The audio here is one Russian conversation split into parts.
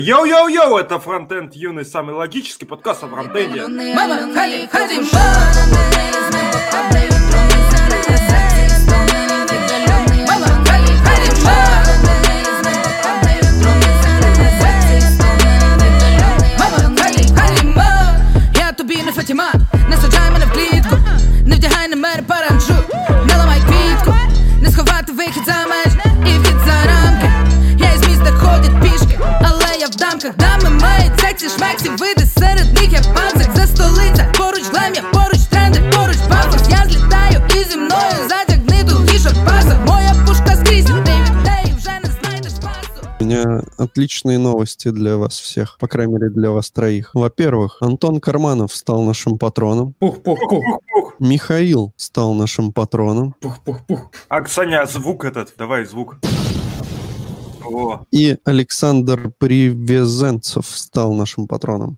Йоу-йоу-йоу, это Фронтенд Юный, самый логический подкаст о фронтенде. Мама, ходим, я тубина Фатима, не саджай мене в клітку, не вдягай на мене паранджу, не ламай квітку, не сховати вихід за меж і вхід за рамки. Я із міста ходять пішки, але я в дамках. Дами мають сексі, шмексі, види, серед них я панцик. За столиця, поруч глем, я поруч тренди, поруч пафос. Я злітаю і зі мною затягни дугішок паса. Моя пушка скрізь, ти від неї вже не знайдеш спасу. У меня отличные новости для вас всех, по крайней мере для вас троих. Во-первых, Антон Карманов стал нашим патроном. Пух-пух-пух. Михаил стал нашим патроном. Пух-пух-пух. Аксаня, звук этот, давай звук. О. И Александр Привезенцев стал нашим патроном.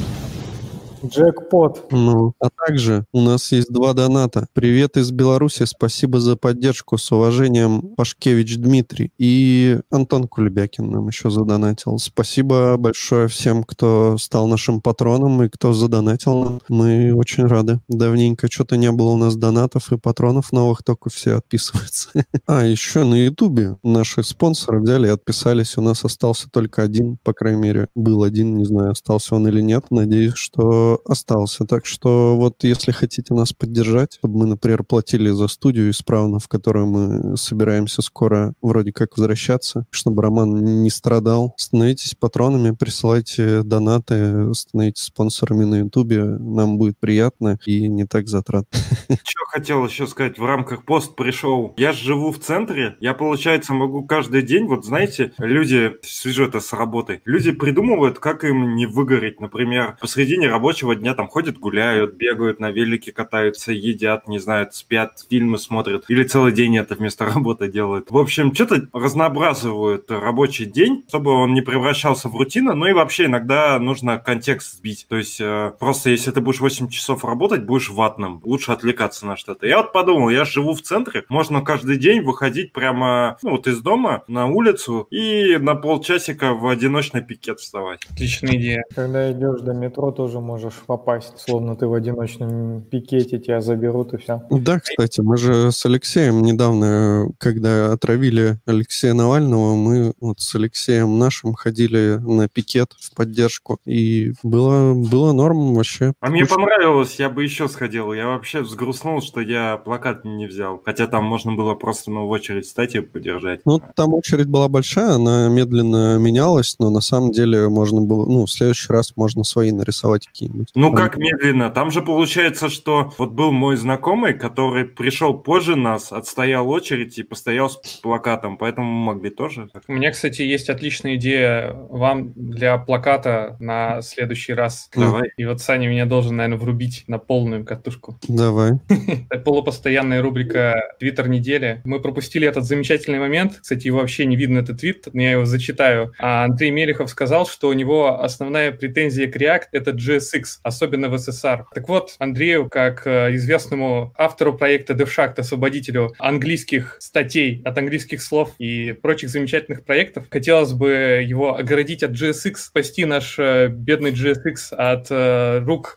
Джекпот. А также у нас есть 2 доната. Привет из Беларуси, спасибо за поддержку. С уважением, Пашкевич Дмитрий. И Антон Кулебякин нам еще задонатил. Спасибо большое всем, кто стал нашим патроном и кто задонатил нам. Мы очень рады. Давненько что-то не было у нас донатов и патронов новых, только все отписываются. Еще на Ютубе наши спонсоры взяли и отписались. У нас остался только один, по крайней мере, был один, не знаю, остался он или нет. Надеюсь, что остался. Так что вот если хотите нас поддержать, чтобы мы, например, платили за студию исправно, в которую мы собираемся скоро вроде как возвращаться, чтобы Роман не страдал, становитесь патронами, присылайте донаты, становитесь спонсорами на Ютубе. Нам будет приятно и не так затрат. Что хотел еще сказать, в рамках пост пришел. Я живу в центре, я, получается, могу каждый день, вот знаете, люди, свяжу это с работой, люди придумывают, как им не выгореть, например, посредине рабочего дня там ходят, гуляют, бегают, на велике катаются, едят, не знаю, спят, фильмы смотрят, или целый день это вместо работы делают. В общем, что-то разнообразывают рабочий день, чтобы он не превращался в рутину, ну и вообще иногда нужно контекст сбить. То есть просто если ты будешь 8 часов работать, будешь ватным, лучше отвлекаться на что-то. Я вот подумал, я живу в центре, можно каждый день выходить прямо, вот из дома на улицу и на полчасика в одиночный пикет вставать. Отличная идея. Когда идешь до метро, тоже можешь попасть, словно ты в одиночном пикете, тебя заберут и все. Да, кстати, мы же с Алексеем недавно, когда отравили Алексея Навального, мы вот с Алексеем нашим ходили на пикет в поддержку, и было норм вообще. А мне понравилось, я бы еще сходил. Я вообще взгрустнул, что я плакат не взял. Хотя там можно было просто в очередь встать и подержать. Ну, там очередь была большая, она медленно менялась, но на самом деле можно было, в следующий раз можно свои нарисовать какие-нибудь. Ну, как медленно? Там же получается, что вот был мой знакомый, который пришел позже нас, отстоял очередь и постоял с плакатом, поэтому мы могли тоже. У меня, кстати, есть отличная идея вам для плаката на следующий раз. Давай. И вот Саня меня должен, наверное, врубить на полную катушку. Давай. Это полупостоянная рубрика «Твиттер недели». Мы пропустили этот замечательный момент. Кстати, его вообще не видно, этот твит, но я его зачитаю. Андрей Мелехов сказал, что у него основная претензия к React — это JSX, особенно в СССР. Так вот, Андрею, как известному автору проекта DevShaft, освободителю английских статей от английских слов и прочих замечательных проектов, хотелось бы его оградить от JSX, спасти наш бедный JSX от рук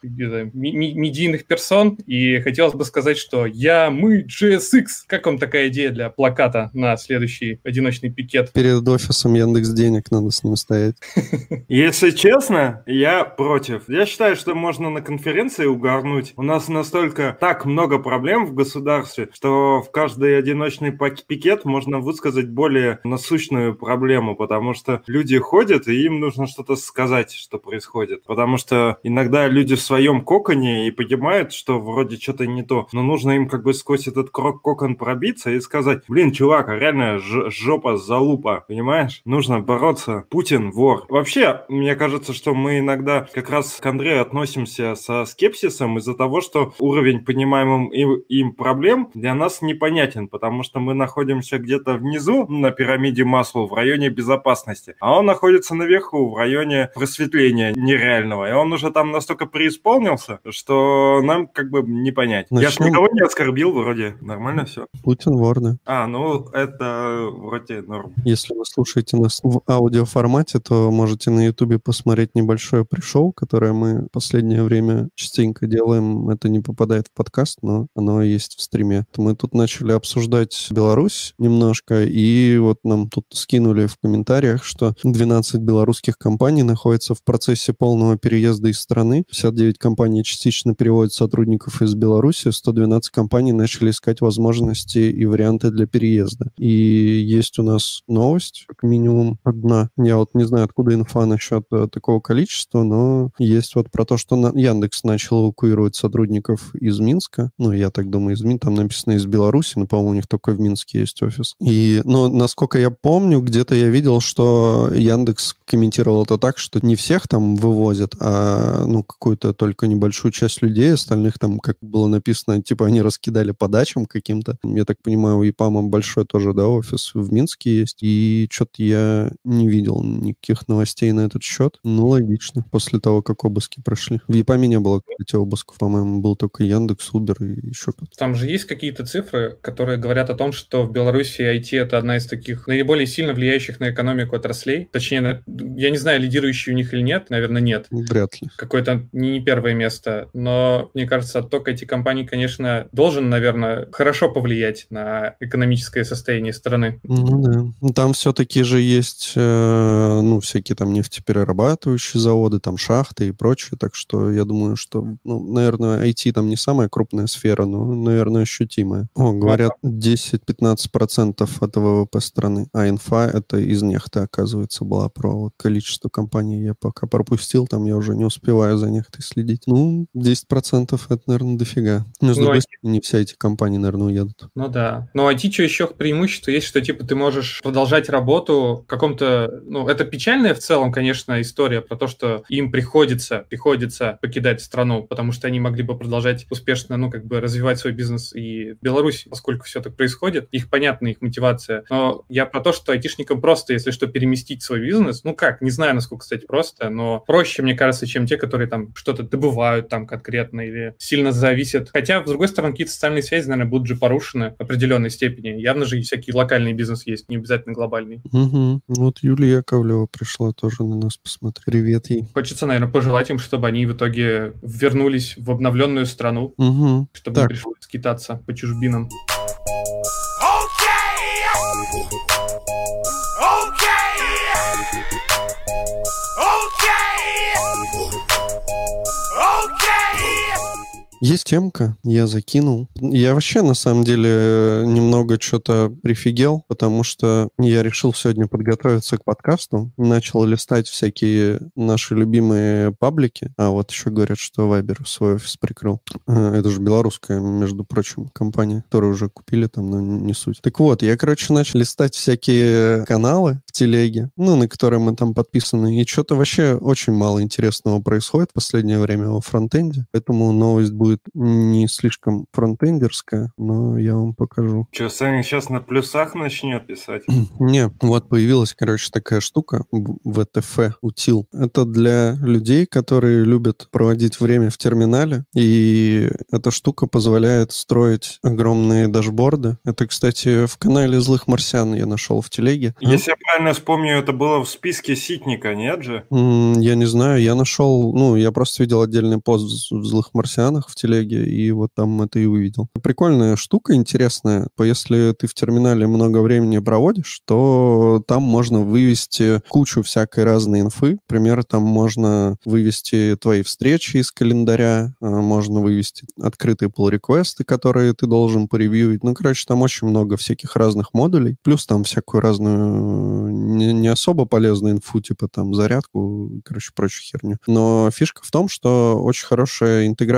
медийных персон, и хотелось бы сказать, что мы JSX. Как вам такая идея для плаката на следующий одиночный пикет? Перед офисом Яндекс.Денег надо с ним стоять. Если честно, я против. Я считаю, что можно на конференции угарнуть. У нас настолько так много проблем в государстве, что в каждый одиночный пикет можно высказать более насущную проблему, потому что люди ходят, и им нужно что-то сказать, что происходит. Потому что иногда люди в своем коконе и понимают, что вроде что-то не то, но нужно им как бы сквозь этот кокон пробиться и сказать: блин, чувак, а реально жопа залупа, понимаешь? Нужно бороться. Путин вор. Вообще, мне кажется, что мы иногда как раз к Андрею относимся со скепсисом из-за того, что уровень понимаемым им проблем для нас непонятен, потому что мы находимся где-то внизу на пирамиде Маслоу в районе безопасности, а он находится наверху в районе просветления нереального, и он уже там настолько преисполнился, что нам как бы не понять. Я же никого не оскорбил, вроде нормально все. Путин вор, да. Ну это вроде норм. Если вы слушаете нас в аудиоформате, то можете на Ютубе посмотреть небольшое пришоу, которое мы в последнее время частенько делаем. Это не попадает в подкаст, но оно есть в стриме. Мы тут начали обсуждать Беларусь немножко, и вот нам тут скинули в комментариях, что 12 белорусских компаний находятся в процессе полного переезда из страны. 59 компаний частично переводят сотрудников из Беларуси, 112 компаний начали искать возможности и варианты для переезда. И есть у нас новость, как минимум одна. Я вот не знаю, откуда инфа насчет такого количества, но есть вот про то, что Яндекс начал эвакуировать сотрудников из Минска. Ну, я так думаю, из Минска. Там написано из Беларуси, но, по-моему, у них только в Минске есть офис. И, ну, насколько я помню, где-то я видел, что Яндекс комментировал это так, что не всех там вывозят, а, ну, какую-то только небольшую часть людей, остальных там, как было написано, типа они раскидали по дачам каким-то. Я так понимаю, у ИПАМа большой тоже, да, офис в Минске есть. И что-то я не видел никаких новостей на этот счет. Ну, логично. После того, как обыски прошли. В ИПАМе не было, кстати, обысков, по-моему, был только Яндекс, Uber и еще кто-то. Там же есть какие-то цифры, которые говорят о том, что в Беларуси IT — это одна из таких наиболее сильно влияющих на экономику отраслей. Точнее, я не знаю, лидирующий у них или нет, наверное, нет. Вряд ли. Какое-то не первое место. Но, мне кажется, отток IT-компаний, конечно, должен, наверное, хорошо повлиять на экономическое состояние страны. Ну да. Там все-таки же есть, ну, всякие там нефтеперерабатывающие заводы, там шахты и прочее, так что я думаю, что, ну, наверное, IT там не самая крупная сфера, но, наверное, ощутимая. О, говорят, 10-15% от ВВП страны, а инфа это из нефти, оказывается, была про вот количество компаний. Я пока пропустил, там я уже не успеваю за нефтей следить. Ну, 10% это, наверное, дофига. Но, с другой стороны, не все эти компании, наверное, уедут. Ну да. Но IT что еще преимущество есть, что типа ты можешь продолжать работу в каком-то... Ну, это печальная в целом, конечно, история про то, что им приходится покидать страну, потому что они могли бы продолжать успешно, ну, как бы развивать свой бизнес и в Беларуси, поскольку все так происходит. Их понятна, их мотивация. Но я про то, что айтишникам просто, если что, переместить свой бизнес, ну как, не знаю, насколько, кстати, просто, но проще, мне кажется, чем те, которые там что-то добывают там конкретно или сильно зависят. Хотя, с другой стороны, какие-то социальные связи, наверное, будут же порушены в определенной степени. Явно же и всякий локальный бизнес есть, не обязательно глобальный. Угу. Вот Юлия Яковлева пришла тоже на нас посмотреть. Привет ей. Хочется, наверное, пожелать им, чтобы они в итоге вернулись в обновленную страну, чтобы не пришлось скитаться по чужбинам. Есть темка, я закинул. Я вообще, на самом деле, немного что-то прифигел, потому что я решил сегодня подготовиться к подкасту. Начал листать всякие наши любимые паблики. А вот еще говорят, что Viber свой офис прикрыл. Это же белорусская, между прочим, компания, которую уже купили там, но не суть. Так вот, я, короче, начал листать всякие каналы в телеге, ну, на которые мы там подписаны, и что-то вообще очень мало интересного происходит в последнее время во фронтенде. Поэтому новость будет не слишком фронтендерская, но я вам покажу. Что, Саня сейчас на плюсах начнет писать? Не, вот появилась, короче, такая штука, ВТФ, утил. Это для людей, которые любят проводить время в терминале, и эта штука позволяет строить огромные дашборды. Это, кстати, в канале «Злых марсиан» я нашел в телеге. Если я правильно вспомню, это было в списке Ситника, нет же? Я не знаю, я нашел, ну, я просто видел отдельный пост в «Злых марсианах» в телеге, и вот там это и увидел. Прикольная штука, интересная. Если ты в терминале много времени проводишь, то там можно вывести кучу всякой разной инфы. Например, там можно вывести твои встречи из календаря, можно вывести открытые pull-реквесты, которые ты должен поревьюить. Ну, короче, там очень много всяких разных модулей. Плюс там всякую разную не особо полезную инфу, типа там зарядку, короче, прочую херню. Но фишка в том, что очень хорошая интеграция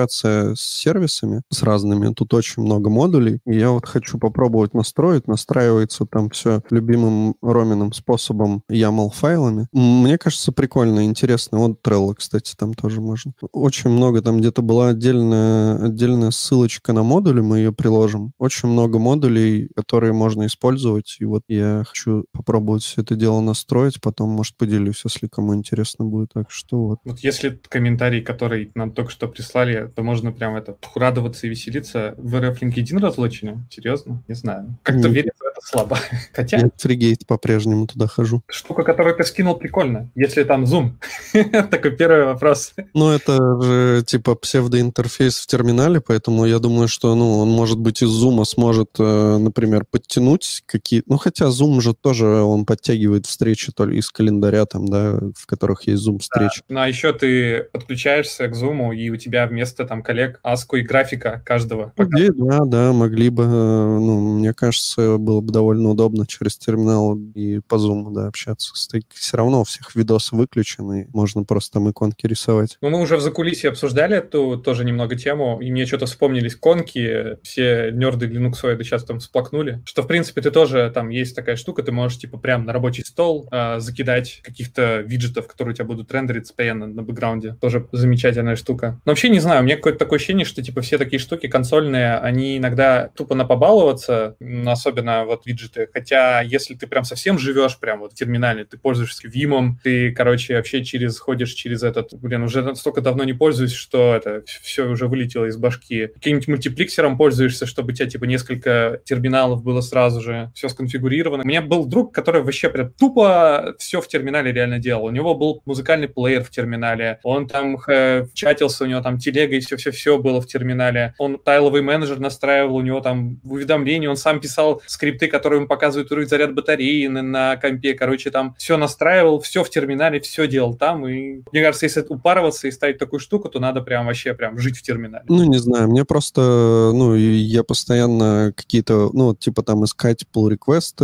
вообще с сервисами, с разными. Тут очень много модулей. И я вот хочу попробовать настроить. Настраивается там все любимым Роминым способом YAML-файлами. Мне кажется, прикольно, интересно. Вот Trello, кстати, там тоже можно. Очень много. Там где-то была отдельная ссылочка на модули, мы ее приложим. Очень много модулей, которые можно использовать. И вот я хочу попробовать все это дело настроить. Потом, может, поделюсь, если кому интересно будет. Так что вот. Вот если комментарий, который нам только что прислали, то можно прям радоваться и веселиться. В РФ LinkedIn разлочены? Серьезно? Не знаю. Как-то верить в это слабо. Хотя... Я в Фригейт по-прежнему туда хожу. Штука, которую ты скинул, прикольно. Если там Zoom. Такой первый вопрос. Ну, это же типа псевдоинтерфейс в терминале, поэтому я думаю, что он, может быть, из Zoom сможет, например, подтянуть какие-то... Ну, хотя Zoom же тоже, он подтягивает встречи только из календаря, там, да, в которых есть Zoom-встречи. Да. Ну, а еще ты подключаешься к Zoom, и у тебя вместо там коллег аску и графика каждого. Да, могли бы. Мне кажется, было бы довольно удобно через терминал и по Zoom, да, общаться. Все равно у всех видосы выключены, можно просто там иконки рисовать. Ну, мы уже в закулисье обсуждали эту тоже немного тему, и мне что-то вспомнились конки, все нерды линуксоиды сейчас там всплакнули, что, в принципе, ты тоже, там есть такая штука, ты можешь, типа, прям на рабочий стол закидать каких-то виджетов, которые у тебя будут рендериться постоянно на бэкграунде. Тоже замечательная штука. Но вообще, не знаю, у меня какое-то такое ощущение, что, типа, все такие штуки консольные, они иногда тупо на побаловаться, особенно вот виджеты, хотя если ты прям совсем живешь прям вот в терминале, ты пользуешься Vim, ты, короче, вообще ходишь через этот, уже настолько давно не пользуюсь, что это все уже вылетело из башки. Каким-нибудь мультипликсером пользуешься, чтобы у тебя, типа, несколько терминалов было сразу же, все сконфигурировано. У меня был друг, который вообще прям тупо все в терминале реально делал. У него был музыкальный плеер в терминале, он там чатился, у него там телега и все было в терминале. Он тайловый менеджер настраивал, у него там уведомления, он сам писал скрипты, которые ему показывают уровень заряда батареи на компе. Короче, там все настраивал, все в терминале, все делал там. И мне кажется, если упарываться и ставить такую штуку, то надо прям вообще прям жить в терминале. Ну, не знаю, мне просто, я постоянно какие-то, типа там искать pull-реквесты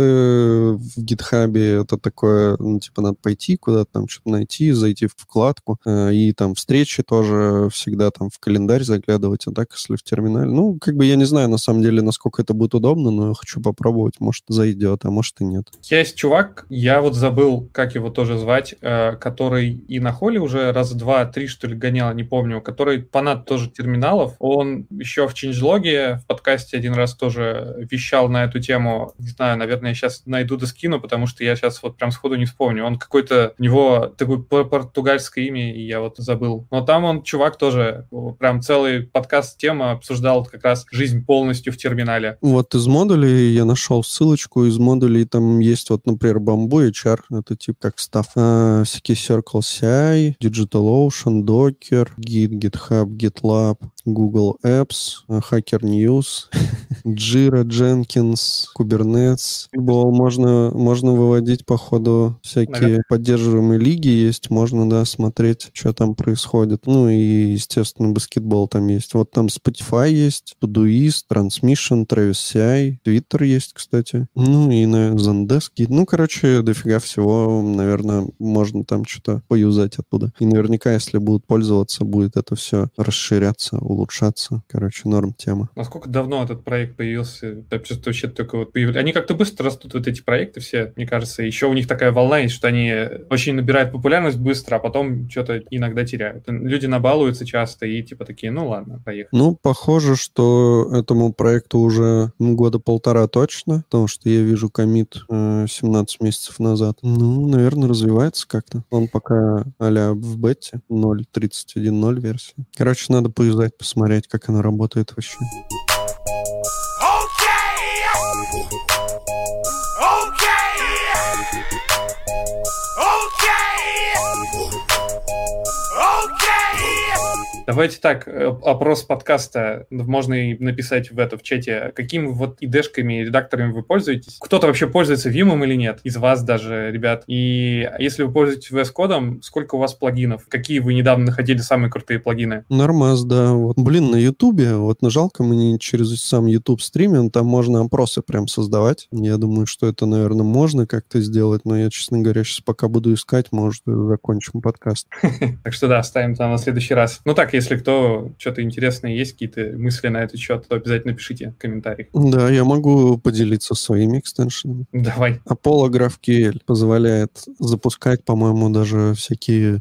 в GitHub, это такое, типа надо пойти куда-то там что-то найти, зайти в вкладку, и там встречи тоже всегда там в календарь заглядывать, а так, если в терминале. Ну, как бы я не знаю, на самом деле, насколько это будет удобно, но я хочу попробовать, может, зайдет, а может и нет. Есть чувак, я вот забыл, как его тоже звать, который и на холле уже раза 2-3, что ли, гонял, не помню, который фанат тоже терминалов. Он еще в changelog в подкасте один раз тоже вещал на эту тему. Не знаю, наверное, я сейчас найду да скину, потому что я сейчас вот прям сходу не вспомню. Он какой-то, у него такое португальское имя, и я вот забыл. Но там он, чувак, тоже прям целый подкаст тема обсуждал как раз жизнь полностью в терминале. Вот из модулей я нашел ссылочку. Из модулей там есть вот, например, Bamboo HR, это типа как став. Всякие Circle CI, DigitalOcean, Docker, Git, GitHub, GitLab, Google Apps, Hacker News, Jira, Jenkins, Kubernetes. Можно выводить, походу, всякие поддерживаемые лиги есть. Можно, да, смотреть, что там происходит. Ну и, естественно, баскетбол там есть. Вот там Spotify есть, Todoist, Transmission, Travis CI, Twitter есть, кстати. Ну и на Zendesk. Ну, короче, дофига всего. Наверное, можно там что-то поюзать оттуда. И наверняка, если будут пользоваться, будет это все расширяться, улучшаться. Короче, норм тема. Насколько давно этот проект появился? Вообще только вот появились. Они как-то быстро растут, вот эти проекты все, мне кажется. Еще у них такая волна есть, что они очень набирают популярность быстро, а потом что-то иногда теряют. Люди набалуются часто и типа такие, ну ладно, поехали. Ну, похоже, что этому проекту уже года полтора точно, потому что я вижу коммит 17 месяцев назад. Ну, наверное, развивается как-то. Он пока а-ля в бете 0.31.0 версии. Короче, надо поюзать, посмотреть, как она работает вообще. Давайте так, опрос подкаста можно и написать в чате. Какими вот IDE-шками, редакторами вы пользуетесь? Кто-то вообще пользуется Vim или нет? Из вас даже, ребят. И если вы пользуетесь VS Code, сколько у вас плагинов? Какие вы недавно находили самые крутые плагины? Нормас, да. Вот. Блин, на Ютубе, вот жалко, мы не через сам YouTube стримим, там можно опросы прям создавать. Я думаю, что это, наверное, можно как-то сделать, но я, честно говоря, сейчас пока буду искать, может, закончим подкаст. Так что да, ставим там на следующий раз. Ну так, если кто, что-то интересное есть, какие-то мысли на этот счет, то обязательно пишите в комментариях. Да, я могу поделиться своими экстеншенами. Давай. Apollo GraphQL позволяет запускать, по-моему, даже всякие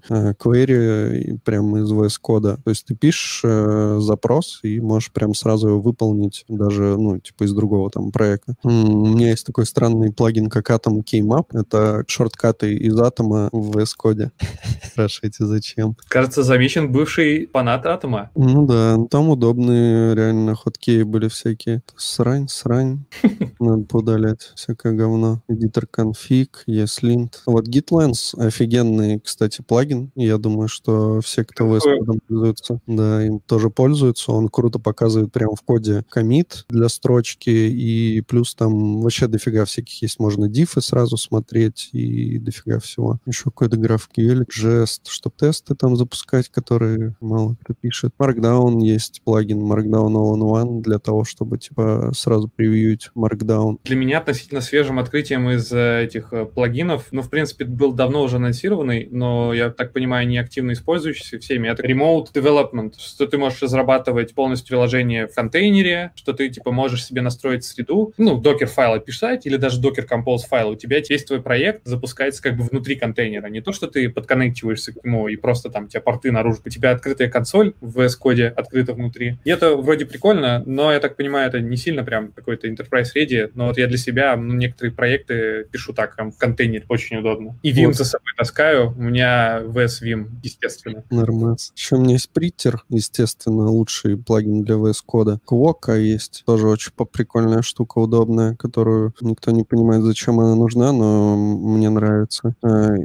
query прямо из VS Code. То есть ты пишешь запрос и можешь прям сразу его выполнить даже, ну, типа из другого там проекта. У меня есть такой странный плагин, как Atom Keymap. Это шорткаты из Атома в VS Code. Спрашиваете, зачем? Кажется, замечен бывший фанат Атома. Ну да, там удобные реально хоткеи были всякие. Срань. Надо поудалять всякое говно. Editor config, ESLint. Вот GitLens офигенный, кстати, плагин. Я думаю, что все, кто VS Code пользуются, да, им тоже пользуются. Он круто показывает прямо в коде коммит для строчки, и плюс там вообще дофига всяких есть. Можно диффы сразу смотреть, и дофига всего. Еще какой-то GraphQL, Jest, чтобы тесты там запускать, которые мало кто пишет. Markdown есть плагин Markdown All-in-One для того, чтобы типа сразу превьюить Markdown. Для меня относительно свежим открытием из этих плагинов, ну, в принципе, был давно уже анонсированный, но, я так понимаю, не активно использующийся всеми, это Remote Development, что ты можешь разрабатывать полностью приложение в контейнере, что ты, типа, можешь себе настроить среду, ну, докер-файлы писать или даже Docker Compose файл, у тебя весь твой проект запускается как бы внутри контейнера, не то, что ты подконнективаешься к нему и просто там у тебя порты наружу, у тебя открытая консоль в VS Code открыта внутри. И это вроде прикольно, но, я так понимаю, это не сильно прям какой-то enterprise ready, но вот я для себя некоторые проекты пишу так, прям в контейнере, очень удобно. И Vim за собой таскаю, у меня VS Vim, естественно. Нормально. Еще у меня есть Pritter, естественно, лучший плагин для VS Code. Quokka есть, тоже очень прикольная штука, удобная, которую никто не понимает, зачем она нужна, но мне нравится.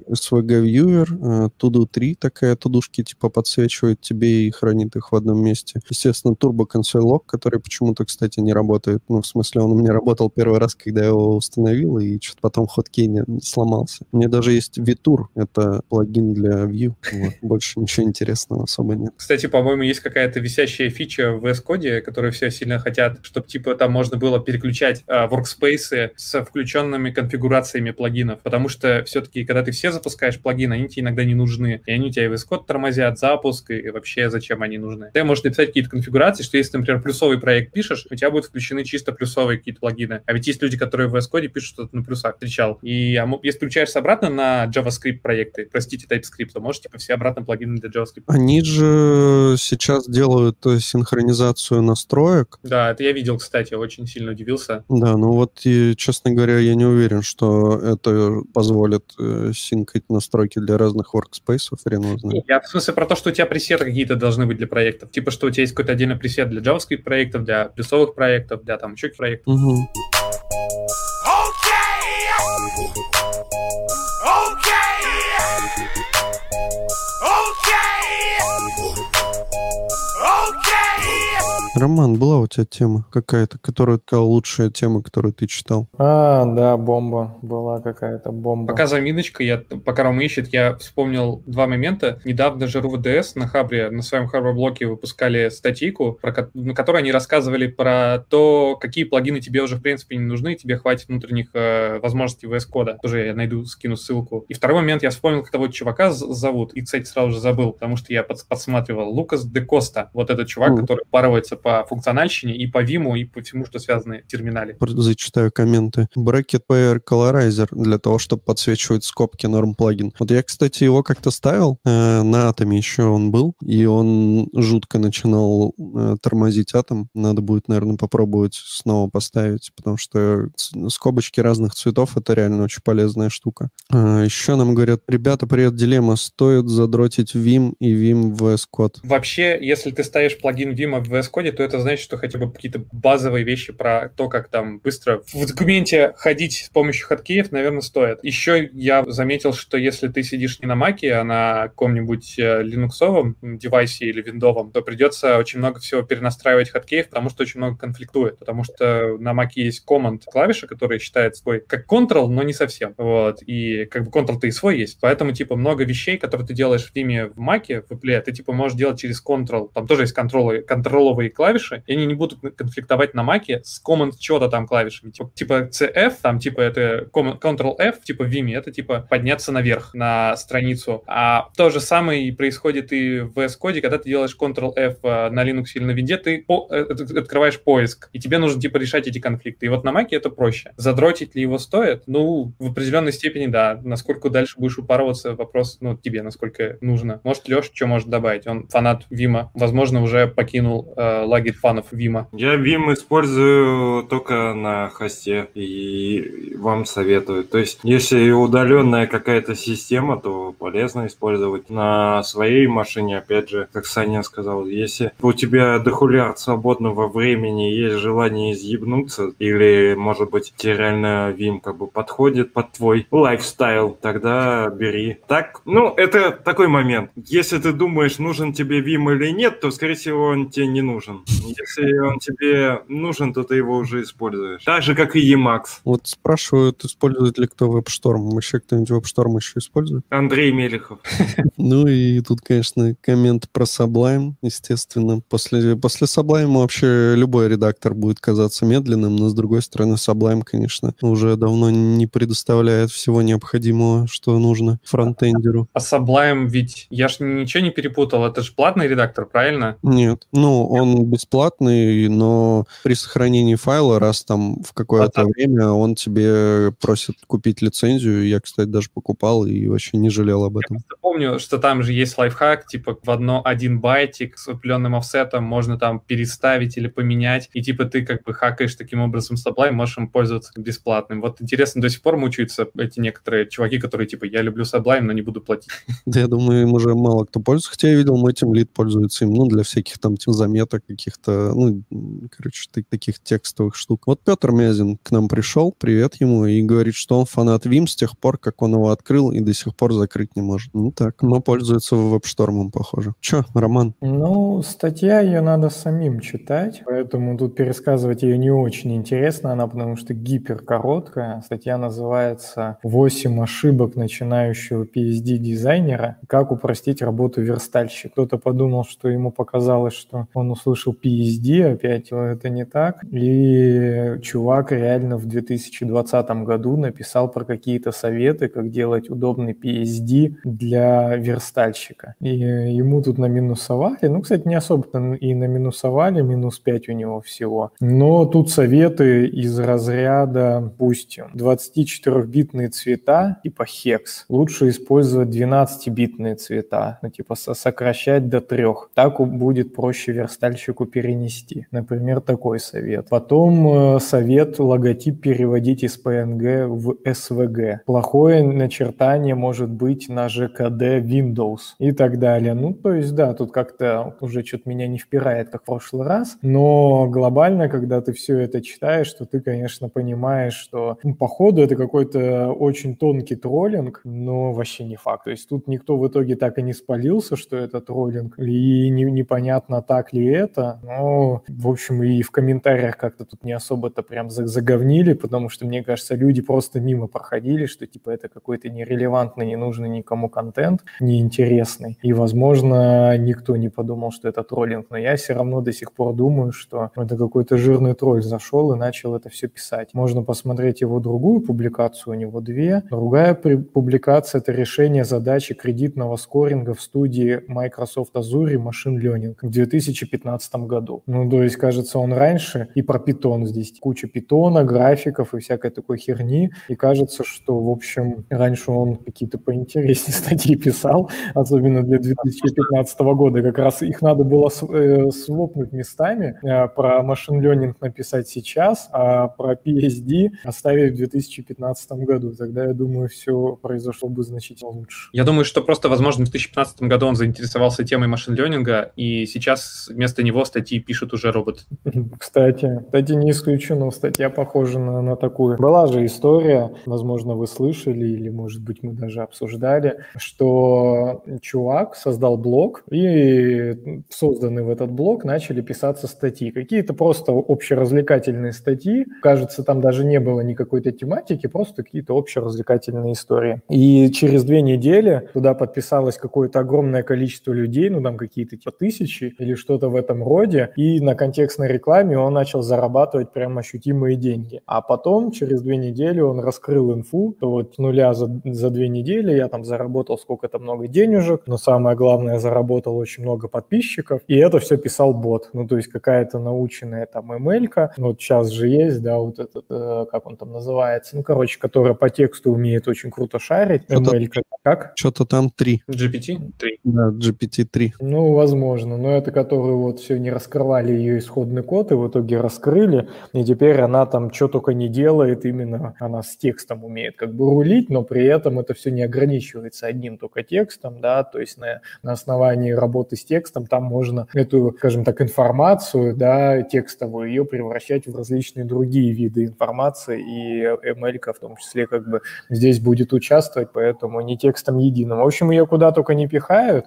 SVG Viewer, To-Do 3, такая тудушки типа подсвечивает тебе и хранит их в одном месте. Естественно, Turbo Console Log, который почему-то, кстати, не работает. Ну, в смысле, он у меня работал первый раз, когда я его установил, и что-то потом хоткей не сломался. У меня даже есть Vitour, это плагин для Vue. Вот. Больше ничего интересного особо нет. Кстати, по-моему, есть какая-то висящая фича в VS Code, которую все сильно хотят, чтобы типа там можно было переключать workspace с включенными конфигурациями плагинов, потому что все-таки, когда ты все запускаешь плагины, они тебе иногда не нужны, и они у тебя и VS Code тормозят, запуск, и вообще зачем они нужны. Ты можешь написать какие-то конфигурации, что если, например, плюсовый проект пишешь, у тебя будут включены чисто плюсовые какие-то плагины. А ведь есть люди, которые в VS Code пишут что-то на плюсах, встречал. И если включаешься обратно на JavaScript проекты, простите, TypeScript, то можешь типа все обратно плагины для JavaScript. Они же сейчас делают синхронизацию настроек. Да, это я видел, кстати, очень сильно удивился. Да, ну вот, и, честно говоря, я не уверен, что это позволит синкать настройки для разных workspace, хрен его знает. Я в смысле про то, что у тебя пресеты какие-то должны быть для проектов. Типа, что у тебя есть какой-то отдельный пресет для JavaScript проектов, для плюсовых проектов, для там еще каких-то проектов. Угу. Роман, была у тебя тема какая-то, которая такая лучшая тема, которую ты читал? Да, бомба. Была какая-то бомба. Пока заминочка, пока Рома ищет, я вспомнил два момента. Недавно же РУВДС на Хабре, на своем Хабр-блоке выпускали статейку, на которой они рассказывали про то, какие плагины тебе уже в принципе не нужны, тебе хватит внутренних возможностей VS Code. Тоже я найду, скину ссылку. И второй момент, я вспомнил, как того чувака зовут, и, кстати, сразу же забыл, потому что я подсматривал. Лукас де Коста. Вот этот чувак, который упарывается по функциональщине и по Vim, и по всему, что связано в терминале. Зачитаю комменты. Bracket Pair Colorizer для того, чтобы подсвечивать скобки норм плагин. Вот я, кстати, его как-то ставил. На Атоме еще он был, и он жутко начинал тормозить Атом. Надо будет, наверное, попробовать снова поставить, потому что скобочки разных цветов — это реально очень полезная штука. Еще нам говорят: ребята, привет, дилемма. Стоит задротить Vim и Vim в VS Code? Вообще, если ты ставишь плагин Vim в VS Code, то это значит, что хотя бы какие-то базовые вещи про то, как там быстро в документе ходить с помощью хоткеев, наверное, стоит. Еще я заметил, что если ты сидишь не на Маке, а на каком-нибудь линуксовом девайсе или виндовом, то придется очень много всего перенастраивать хоткеев, потому что очень много конфликтует. Потому что на Маке есть command клавиша, которая считает свой как Ctrl, но не совсем. Вот. И как бы Ctrl-то и свой есть. Поэтому, типа, много вещей, которые ты делаешь в Vim в Маке, в Apple, ты, типа, можешь делать через Ctrl. Там тоже есть контроловые клавиши, и они не будут конфликтовать на маке с Command что-то там клавишами. Типа CF, там типа это Ctrl-F, типа в Vim, это типа подняться наверх на страницу. А то же самое происходит и в VS Code, когда ты делаешь Ctrl-F на Linux или на Винде, ты открываешь поиск, и тебе нужно типа решать эти конфликты. И вот на маке это проще. Задротить ли его стоит? Ну, в определенной степени, да. Насколько дальше будешь упарываться, вопрос, ну, тебе, насколько нужно. Может, Леша что может добавить? Он фанат Вима. Возможно, уже покинул лагерь фанов Вима. Я Vim использую только на хосте, и вам советую. То есть, если удаленная какая-то система, то полезно использовать на своей машине, опять же, как Саня сказал. Если у тебя дохуляр свободного времени, есть желание изъебнуться, или, может быть, тебе реально Vim как бы подходит под твой лайфстайл, тогда бери. Так, ну, это такой момент. Если ты думаешь, нужен тебе Vim или нет, то, скорее всего, он тебе не нужен. Если он тебе нужен, то ты его уже используешь. Так же, как и Emacs. Вот спрашивают, использует ли кто WebStorm. Вообще кто-нибудь WebStorm еще использует? Андрей Мелехов. Ну и тут, конечно, коммент про Sublime, естественно. После Sublime вообще любой редактор будет казаться медленным, но, с другой стороны, Sublime, конечно, уже давно не предоставляет всего необходимого, что нужно фронтендеру. А Sublime ведь, я ж ничего не перепутал, это же платный редактор, правильно? Нет, ну, он бесплатный, но при сохранении файла, раз там в какое-то время он тебе просит купить лицензию. Я, кстати, даже покупал и вообще не жалел об этом. Я помню, что там же есть лайфхак, типа в один байтик с определенным офсетом можно там переставить или поменять, и типа ты как бы хакаешь таким образом Sublime, можешь им пользоваться бесплатным. Вот интересно, до сих пор мучаются эти некоторые чуваки, которые типа я люблю Sublime, но не буду платить. Да, я думаю, им уже мало кто пользуется, хотя я видел, мой тимлид пользуется им, ну, для всяких там заметок каких-то, ну, короче, таких текстовых штук. Вот Петр Мязин к нам пришел, привет ему, и говорит, что он фанат Vim с тех пор, как он его открыл, и до сих пор закрыть не может. Ну так, но пользуется WebStorm, похоже. Че, Роман? Ну, статья, ее надо самим читать, поэтому тут пересказывать ее не очень интересно, она потому что гиперкороткая. Статья называется «8 ошибок начинающего PhD-дизайнера. Как упростить работу верстальщика». Кто-то подумал, что ему показалось, что он услышал PhD, опять это не так. И чувак реально в 2020 году написал про какие-то советы, как делать удобный PhD для верстальщика. И ему тут наминусовали, ну, кстати, не особо-то и наминусовали, -5 у него всего. Но тут советы из разряда, допустим, 24-битные цвета, типа хекс, лучше использовать 12-битные цвета, ну, типа сокращать до 3. Так будет проще верстальщику перенести. Например, такой совет. Потом совет логотип переводить из PNG в SVG. Плохое начертание может быть на ЖКД Windows и так далее. Ну, то есть, да, тут как-то уже что-то меня не впирает, как в прошлый раз, но глобально, когда ты все это читаешь, то ты, конечно, понимаешь, что, ну, походу это какой-то очень тонкий троллинг, но вообще не факт. То есть тут никто в итоге так и не спалился, что это троллинг, и непонятно, так ли это, но, в общем, и в комментариях как-то тут не особо-то прям заговнили, потому что, мне кажется, люди просто мимо проходили, что, типа, это какой-то нерелевантный, ненужный никому контент, неинтересный, и, возможно, никто не подумал, что это троллинг, но я все равно до сих пор думаю, что это какой-то жирный тролль зашел и начал это все писать. Можно посмотреть его другую публикацию, у него 2. Другая публикация – это решение задачи кредитного скоринга в студии Microsoft Azure Machine Learning в 2015 году. Ну, то есть, кажется, он раньше, и про Python здесь куча питона, графиков и всякой такой херни, и кажется, что, в общем, раньше он какие-то поинтереснее статьи писал, особенно для 2015 года. Как раз их надо было свопнуть местами, про Machine Learning написать сейчас, а про PhD оставить в 2015 году. Тогда, я думаю, все произошло бы значительно лучше. Я думаю, что просто, возможно, в 2015 году он заинтересовался темой машин-лернинга, и сейчас вместо него статьи пишет уже робот. Кстати, не исключено, статья похожа на такую. Была же история, возможно, вы слышали, или, может быть, мы даже обсуждали, что чувак создал блог, и созданные в этот блог начали писаться статьи. Какие-то просто общеразвлекательные статьи. Кажется, там даже не было никакой-то тематики, просто какие-то общеразвлекательные истории. И через 2 недели туда подписалось какое-то огромное количество людей, ну там какие-то типа 1000 или что-то в этом природе, и на контекстной рекламе он начал зарабатывать прям ощутимые деньги. А потом, через 2 недели, он раскрыл инфу, что вот с нуля за 2 недели я там заработал сколько-то много денежек, но самое главное, заработал очень много подписчиков, и это все писал бот. Ну, то есть какая-то наученная там ML-ка, ну, вот сейчас же есть, да, вот этот, как он там называется, ну, короче, которая по тексту умеет очень круто шарить. ML-ка, как? Что-то там 3. GPT-3. Да, GPT-3. Ну, возможно, но это который вот все не раскрывали ее исходный код, и в итоге раскрыли, и теперь она там что только не делает, именно она с текстом умеет как бы рулить, но при этом это все не ограничивается одним только текстом, да, то есть на основании работы с текстом там можно эту, скажем так, информацию, да, текстовую, ее превращать в различные другие виды информации, и ML-ка в том числе как бы здесь будет участвовать, поэтому не текстом единым. В общем, ее куда только не пихают,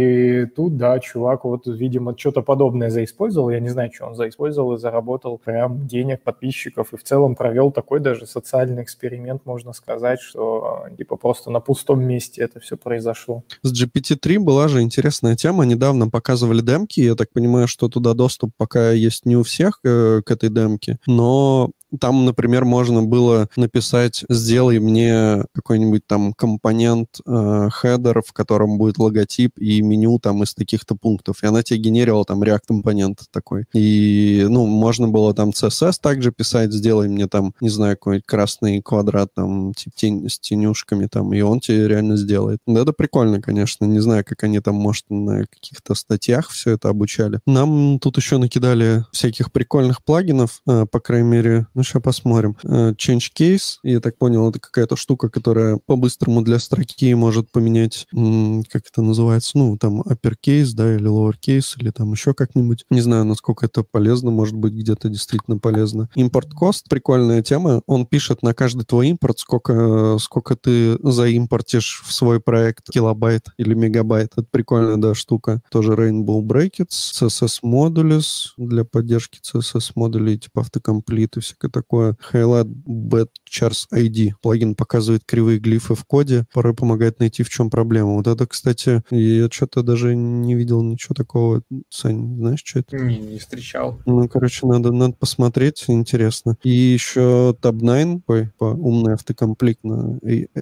и тут, да, чувак вот, видимо, что-то подобное заиспользовал, я не знаю, что он заиспользовал, и заработал прям денег, подписчиков, и в целом провел такой даже социальный эксперимент, можно сказать, что типа просто на пустом месте это все произошло. С GPT-3 была же интересная тема. Недавно показывали демки. Я так понимаю, что туда доступ пока есть не у всех к этой демке, но там, например, можно было написать: сделай мне какой-нибудь там компонент, хедер, в котором будет логотип и меню там из таких-то пунктов. И она тебе генерировала там React-компонент такой. И, ну, можно было там CSS также писать: сделай мне там, не знаю, какой-нибудь красный квадрат там типа с тенюшками там, и он тебе реально сделает. Да, это прикольно, конечно. Не знаю, как они там, может, на каких-то статьях все это обучали. Нам тут еще накидали всяких прикольных плагинов, по крайней мере. Ну, сейчас посмотрим. Change case, я так понял, это какая-то штука, которая по-быстрому для строки может поменять, как это называется, ну, там, uppercase, да, или lowercase, или там еще как-нибудь. Не знаю, насколько это полезно, может быть, где-то действительно полезно. Import cost, прикольная тема. Он пишет на каждый твой импорт, сколько ты заимпортишь в свой проект, килобайт или мегабайт. Это прикольная, да, штука. Тоже Rainbow Brackets, CSS Modules для поддержки CSS модулей, типа автокомплит и всякое такое. Highlight Bad Chars ID. Плагин показывает кривые глифы в коде, порой помогает найти, в чем проблема. Вот это, кстати, я что-то даже не видел ничего такого. Сань, знаешь, что это? Не встречал. Ну, короче, надо посмотреть, интересно. И еще Tab9, умный автокомплит на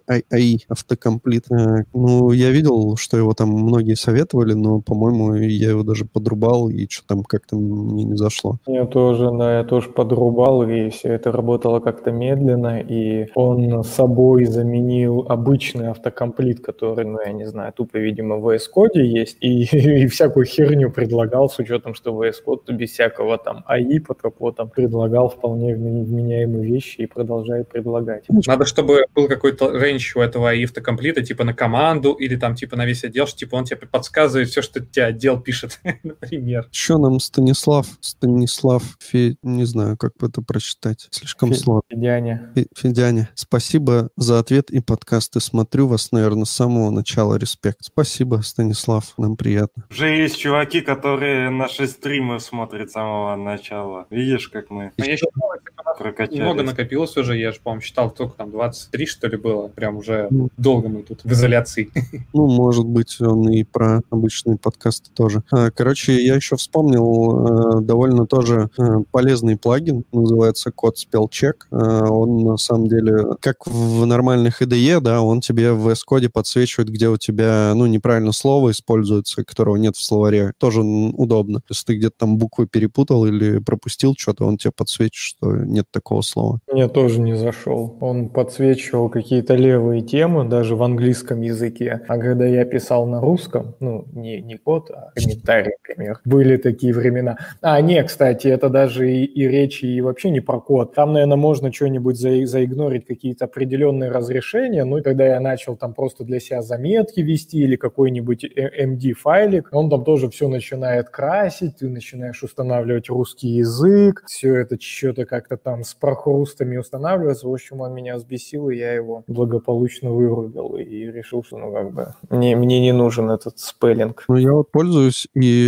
AI автокомплит. Ну, я видел, что его там многие советовали, но, по-моему, я его даже подрубал, и что там как-то мне не зашло. Я тоже подрубал, и все это работало как-то медленно, и он собой заменил обычный автокомплит, который, ну, я не знаю, тупо, видимо, в VS Code есть, и всякую херню предлагал, с учетом, что VS Code без всякого там AI под капотом предлагал вполне вменяемые вещи и продолжает предлагать. Надо, чтобы был какой-то рейндж у этого AI автокомплита, типа на команду или там типа на весь отдел, что типа он тебе подсказывает все, что тебе отдел пишет, например. Еще нам Станислав, не знаю, как бы это прочитать, слишком сложно. Федяне, спасибо за ответ и подкасты. Смотрю вас, наверное, с самого начала. Респект. Спасибо, Станислав, нам приятно. Уже есть чуваки, которые наши стримы смотрят с самого начала. Видишь, как мы прокачались. Много накопилось уже, я же, по-моему, считал, только там 23, что ли, было. Прям уже долго мы тут в изоляции. Ну, может быть, он и про обычные подкасты тоже. Короче, я еще вспомнил довольно тоже полезный плагин, называется Code Spell Check. Он, на самом деле, как в нормальных IDE, да, он тебе в VS Code подсвечивает, где у тебя, ну, неправильно слово используется, которого нет в словаре. Тоже удобно. Если ты где-то там буквы перепутал или пропустил что-то, он тебе подсвечит, что нет такого слова. Мне тоже не зашел. Он подсвечивал какие-то левые темы, даже в английском языке. А когда я писал на русском, ну, не код, а комментарий, например, были такие времена. Кстати, это даже и речи и вообще не про код. Там, наверное, можно что-нибудь заигнорить, какие-то определенные разрешения. Ну, и когда я начал там просто для себя заметки вести или какой-нибудь MD-файлик, он там тоже все начинает красить, ты начинаешь устанавливать русский язык, все это что-то как-то там с прохрустами устанавливается. В общем, он меня взбесил, и я его благополучно вырубил. И решил, что, ну, как бы, мне не нужен этот спеллинг. Ну, я вот пользуюсь,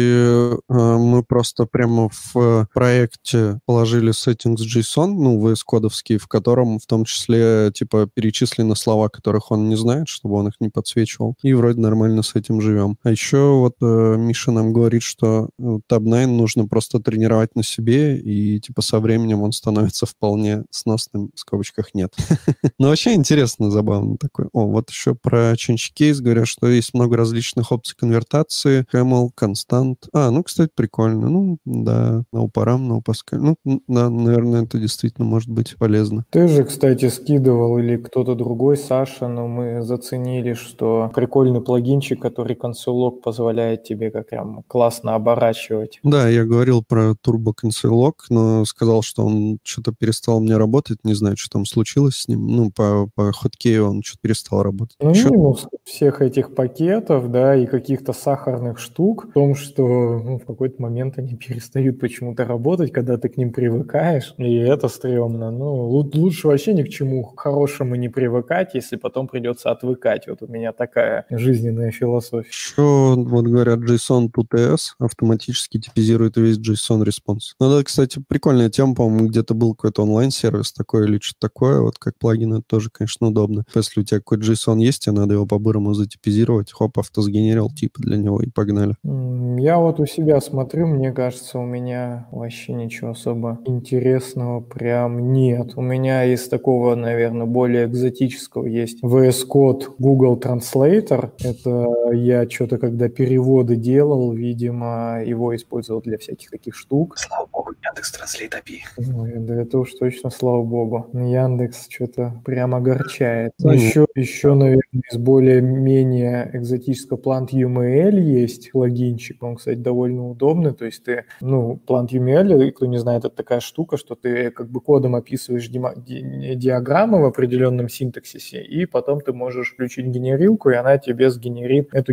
и мы просто прямо в проекте положили settings.json, ну, VS-кодовский, в котором в том числе, типа, перечислены слова, которых он не знает, чтобы он их не подсвечивал. И вроде нормально с этим живем. А еще вот Миша нам говорит, что Tab9 нужно просто тренировать на себе, и, типа, со временем он становится вполне сносным, в скобочках нет. Но вообще интересно, забавно такое. О, вот еще про Change Case говорят, что есть много различных опций конвертации, Camel, Constant. Ну, кстати, прикольно. Ну, да, на упорам, на Pascal. Ну, да, наверное, это действительно может быть полезно. Ты же, кстати, скидывал, или кто-то другой, Саша, но мы заценили, что прикольный плагинчик, который Console.log позволяет тебе как прям классно оборачивать. Да, я говорил про Turbo Console.log, но сказал, что он что-то перестал у меня работать, не знаю, что там случилось с ним. Ну, по хоткею он что-то перестал работать. Ну, минус всех этих пакетов, да, и каких-то сахарных штук в том, что в какой-то момент они перестают почему-то работать, когда ты к ним привыкаешь, и это стрёмно. Ну, лучше вообще ни к чему хорошему не привыкать, если потом придется отвыкать. Вот у меня такая жизненная философия. Еще, вот говорят, JSON 2TS автоматически типизирует весь JSON-респонс. Ну, да, кстати, прикольная тема, по-моему, где-то был какой-то онлайн-сервис такой или что-то такое, вот как плагин, это тоже, конечно, удобно. Если у тебя какой-то JSON есть, тебе надо его по-бырому затипизировать, хоп, автосгенерил типы для него и погнали. Я вот у себя смотрю, мне кажется, у меня вообще ничего особо интересного прям нет. У меня из такого, наверное, более экзотического есть VS Code Google Translator. Это я что-то, когда переводы делал, видимо, его использовал для всяких таких штук. Слава богу, Яндекс Транслейт API. Ой, да это уж точно, слава богу. Яндекс что-то прям огорчает. Еще, наверное, из более-менее экзотического Plant.UML есть плагинчик. Он, кстати, довольно удобный. То есть ты, Plant.UML, кто не знает, это такая штука, что ты как бы кодом описываешь диаграммы в определенном синтаксисе, и потом ты можешь включить генерилку, и она тебе сгенерит эту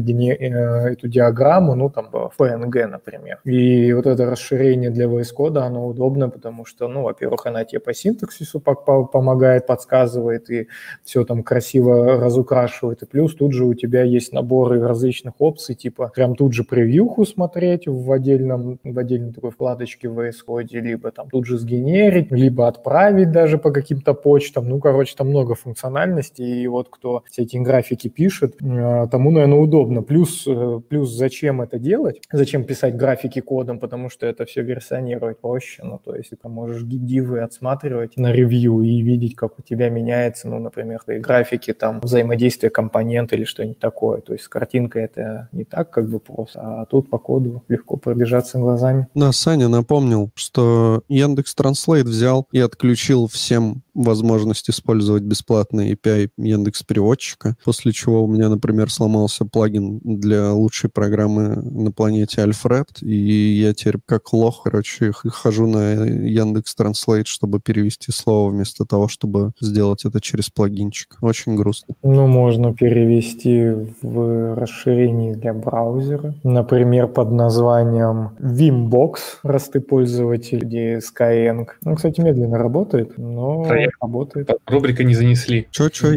диаграмму, в PNG, например. И вот это расширение для VS Code, оно удобно, потому что, во-первых, она тебе по синтаксису помогает, подсказывает, и все там красиво разукрашивает. И плюс тут же у тебя есть наборы различных опций, типа прям тут же превьюху смотреть в отдельной такой вкладочке в VS Code, либо там тут же сгенерить, либо отправить даже по каким-то почтам. Там много функциональностей, и вот кто все эти графики пишет, тому, наверное, удобно. Плюс зачем это делать? Зачем писать графики кодом? Потому что это все версионировать проще. То есть ты можешь дивы отсматривать на ревью и видеть, как у тебя меняется, например, твои графики, там, взаимодействие компонент или что-нибудь такое. То есть с картинкой это не так как бы просто, а тут по коду легко пробежаться глазами. Да, Саня напомнил, что Яндекс Транслейт взял и отключил всем возможность использовать бесплатный API Яндекс.Переводчика, после чего у меня, например, сломался плагин для лучшей программы на планете Альфред, и я теперь как лох, хожу на Яндекс Транслейт, чтобы перевести слово вместо того, чтобы сделать это через плагинчик. Очень грустно. Можно перевести в расширении для браузера, например, под названием Vimbox, раз ты пользователь, где Skyeng. Кстати, медленно работает, но работает. Рубрика не занесли.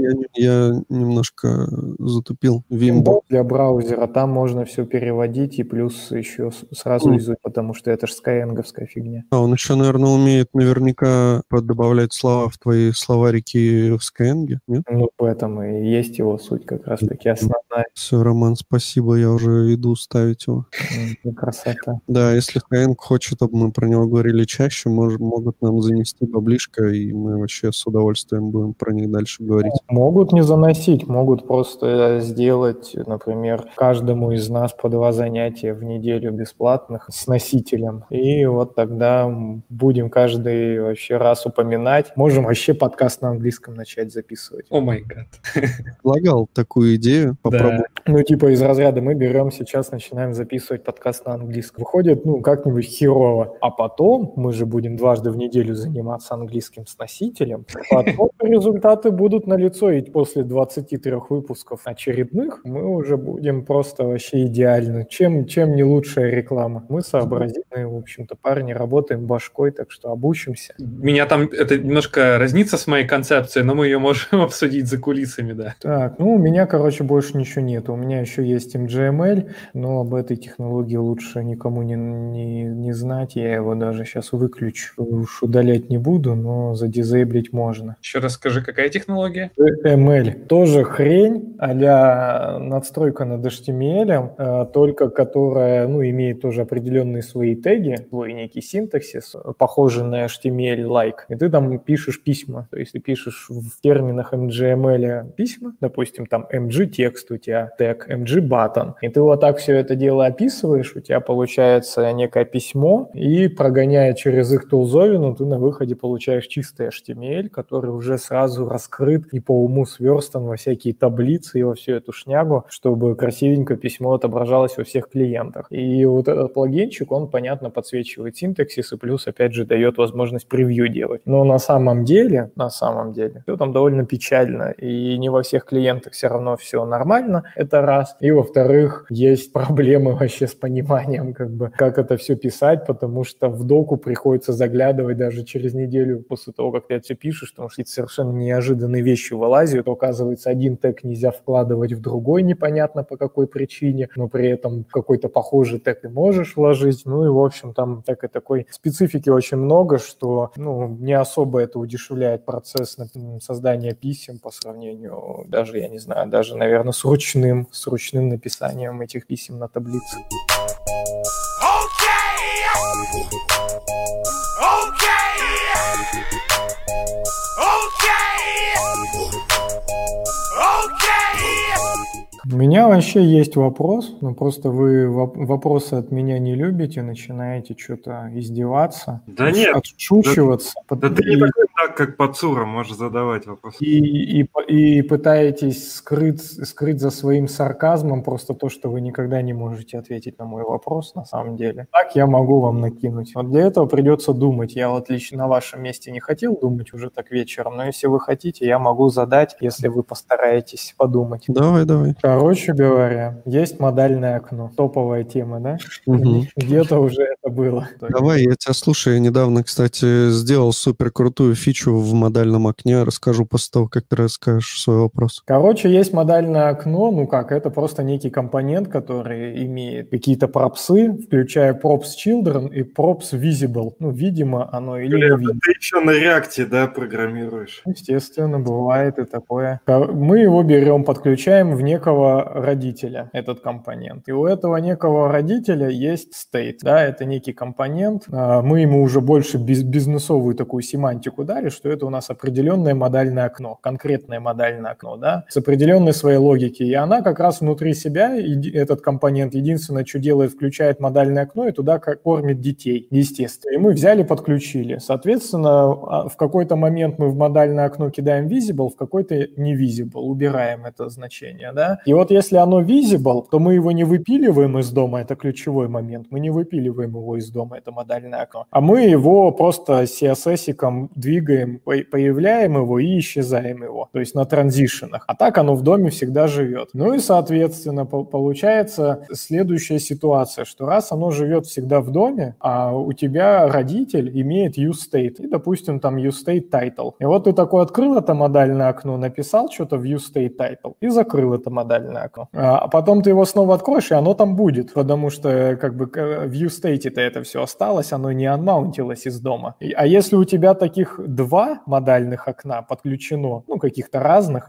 Я немножко затупил. Vimbox для браузера, там можно все переводить и плюс еще сразу изучить, потому что это же Skyeng-овская фигня. Он еще, наверное, умеет наверняка добавлять слова в твои словарики в Skyeng, нет? В этом и есть его суть как раз-таки основная. Все, Роман, спасибо, я уже иду ставить его. Красота. Да, если Skyeng хочет, чтобы мы про него говорили чаще, могут нам занести баблишко, и мы вообще с удовольствием будем про них дальше говорить. Могут не заносить, могут просто сделать, например, каждому из нас по 2 занятия в неделю бесплатных с носителем. И вот тогда будем каждый вообще раз упоминать. Можем вообще подкаст на английском начать записывать. О май гад. Предлагал такую идею, попробуй. Да. Из разряда мы берем сейчас, начинаем записывать подкаст на английском. Выходит, как-нибудь херово. А потом мы же будем дважды в неделю заниматься английским с носителем, делаем. Потом результаты будут налицо, и после 23 выпусков очередных мы уже будем просто вообще идеально. Чем не лучшая реклама? Мы сообразительные, в общем-то, парни, работаем башкой, так что обучимся. Меня там это немножко разнится с моей концепцией, но мы ее можем обсудить за кулисами, да. Так, у меня, больше ничего нет. У меня еще есть MGML, но об этой технологии лучше никому не знать. Я его даже сейчас выключу. Уж удалять не буду, но задизейблить можно. Еще раз скажи, какая технология? ML. Тоже хрень а-ля надстройка над HTML, только которая, имеет тоже определенные свои теги, свой некий синтаксис, похожий на HTML-like. И ты там пишешь письма. То есть ты пишешь в терминах MGML письма, допустим, там MG-текст у тебя, тег, MG-баттон. И ты вот так все это дело описываешь, у тебя получается некое письмо, и прогоняя через их тулзовину, ты на выходе получаешь чистый HTML, который уже сразу раскрыт и по уму сверстан во всякие таблицы и во всю эту шнягу, чтобы красивенько письмо отображалось во всех клиентах. И вот этот плагинчик, он, понятно, подсвечивает синтаксис и плюс, опять же, дает возможность превью делать. Но на самом деле, все там довольно печально, и не во всех клиентах все равно все нормально, это раз. И, во-вторых, есть проблемы вообще с пониманием, как это все писать, потому что в доку приходится заглядывать даже через неделю после того, как ты это все пишешь, потому что это совершенно неожиданные вещи вылазят. Оказывается, один тег нельзя вкладывать в другой, непонятно по какой причине, но при этом какой-то похожий тег ты можешь вложить. И, в общем, там такой специфики очень много, что, не особо это удешевляет процесс создания писем по сравнению даже, я не знаю, даже, наверное, с ручным написанием этих писем на таблице. У меня вообще есть вопрос, но просто вы вопросы от меня не любите, начинаете что-то издеваться, отшучиваться. Да ты не такой так, как Пацура, можешь задавать вопросы. И пытаетесь скрыть за своим сарказмом просто то, что вы никогда не можете ответить на мой вопрос на самом деле. Так я могу вам накинуть. Вот для этого придется думать. Я вот лично на вашем месте не хотел думать уже так вечером, но если вы хотите, я могу задать, если вы постараетесь подумать. Давай. Короче говоря, есть модальное окно. Топовая тема, да? Угу. Где-то уже это было. Давай, я тебя слушаю. Я недавно, кстати, сделал супер крутую фичу в модальном окне. Расскажу после того, как ты расскажешь свой вопрос. Короче, есть модальное окно. Это просто некий компонент, который имеет какие-то пропсы, включая props children и props visible. Видимо оно или не видимо. Ты еще на реакте, да, программируешь? Естественно, бывает и такое. Мы его берем, подключаем в некого родителя, этот компонент. И у этого некого родителя есть state, да, это некий компонент. Мы ему уже больше бизнесовую такую семантику дали, что это у нас определенное модальное окно, конкретное модальное окно, да, с определенной своей логикой. И она как раз внутри себя, этот компонент, единственное, что делает, включает модальное окно и туда кормит детей, естественно. И мы взяли, подключили. Соответственно, в какой-то момент мы в модальное окно кидаем visible, в какой-то не visible, убираем это значение, да. И вот если оно visible, то мы его не выпиливаем из дома, это ключевой момент, мы не выпиливаем его из дома, это модальное окно, а мы его просто CSS-иком двигаем, появляем его и исчезаем его, то есть на транзишенах. А так оно в доме всегда живет. И, соответственно, получается следующая ситуация, что раз оно живет всегда в доме, а у тебя родитель имеет useState, и, допустим, там useState title. И вот ты такой открыл это модальное окно, написал что-то в useState title и закрыл это модальное окно. А потом ты его снова откроешь, и оно там будет, потому что в useState-то это все осталось, оно не анмаунтилось из дома. А если у тебя таких два модальных окна подключено, каких-то разных,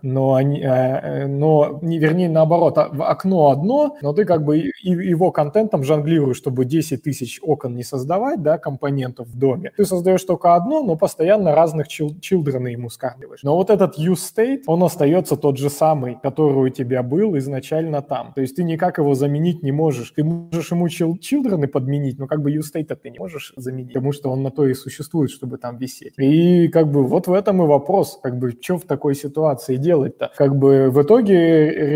вернее, наоборот, окно одно, но ты его контентом жонглируешь, чтобы 10 тысяч окон не создавать, да, компонентов в доме. Ты создаешь только одно, но постоянно разных children ему скармливаешь. Но вот этот useState, он остается тот же самый, который у тебя был, был изначально там. То есть ты никак его заменить не можешь. Ты можешь ему children подменить, но как бы useState ты не можешь заменить, потому что он на то и существует, чтобы там висеть. И как бы вот в этом и вопрос, как бы что в такой ситуации делать-то? Как бы в итоге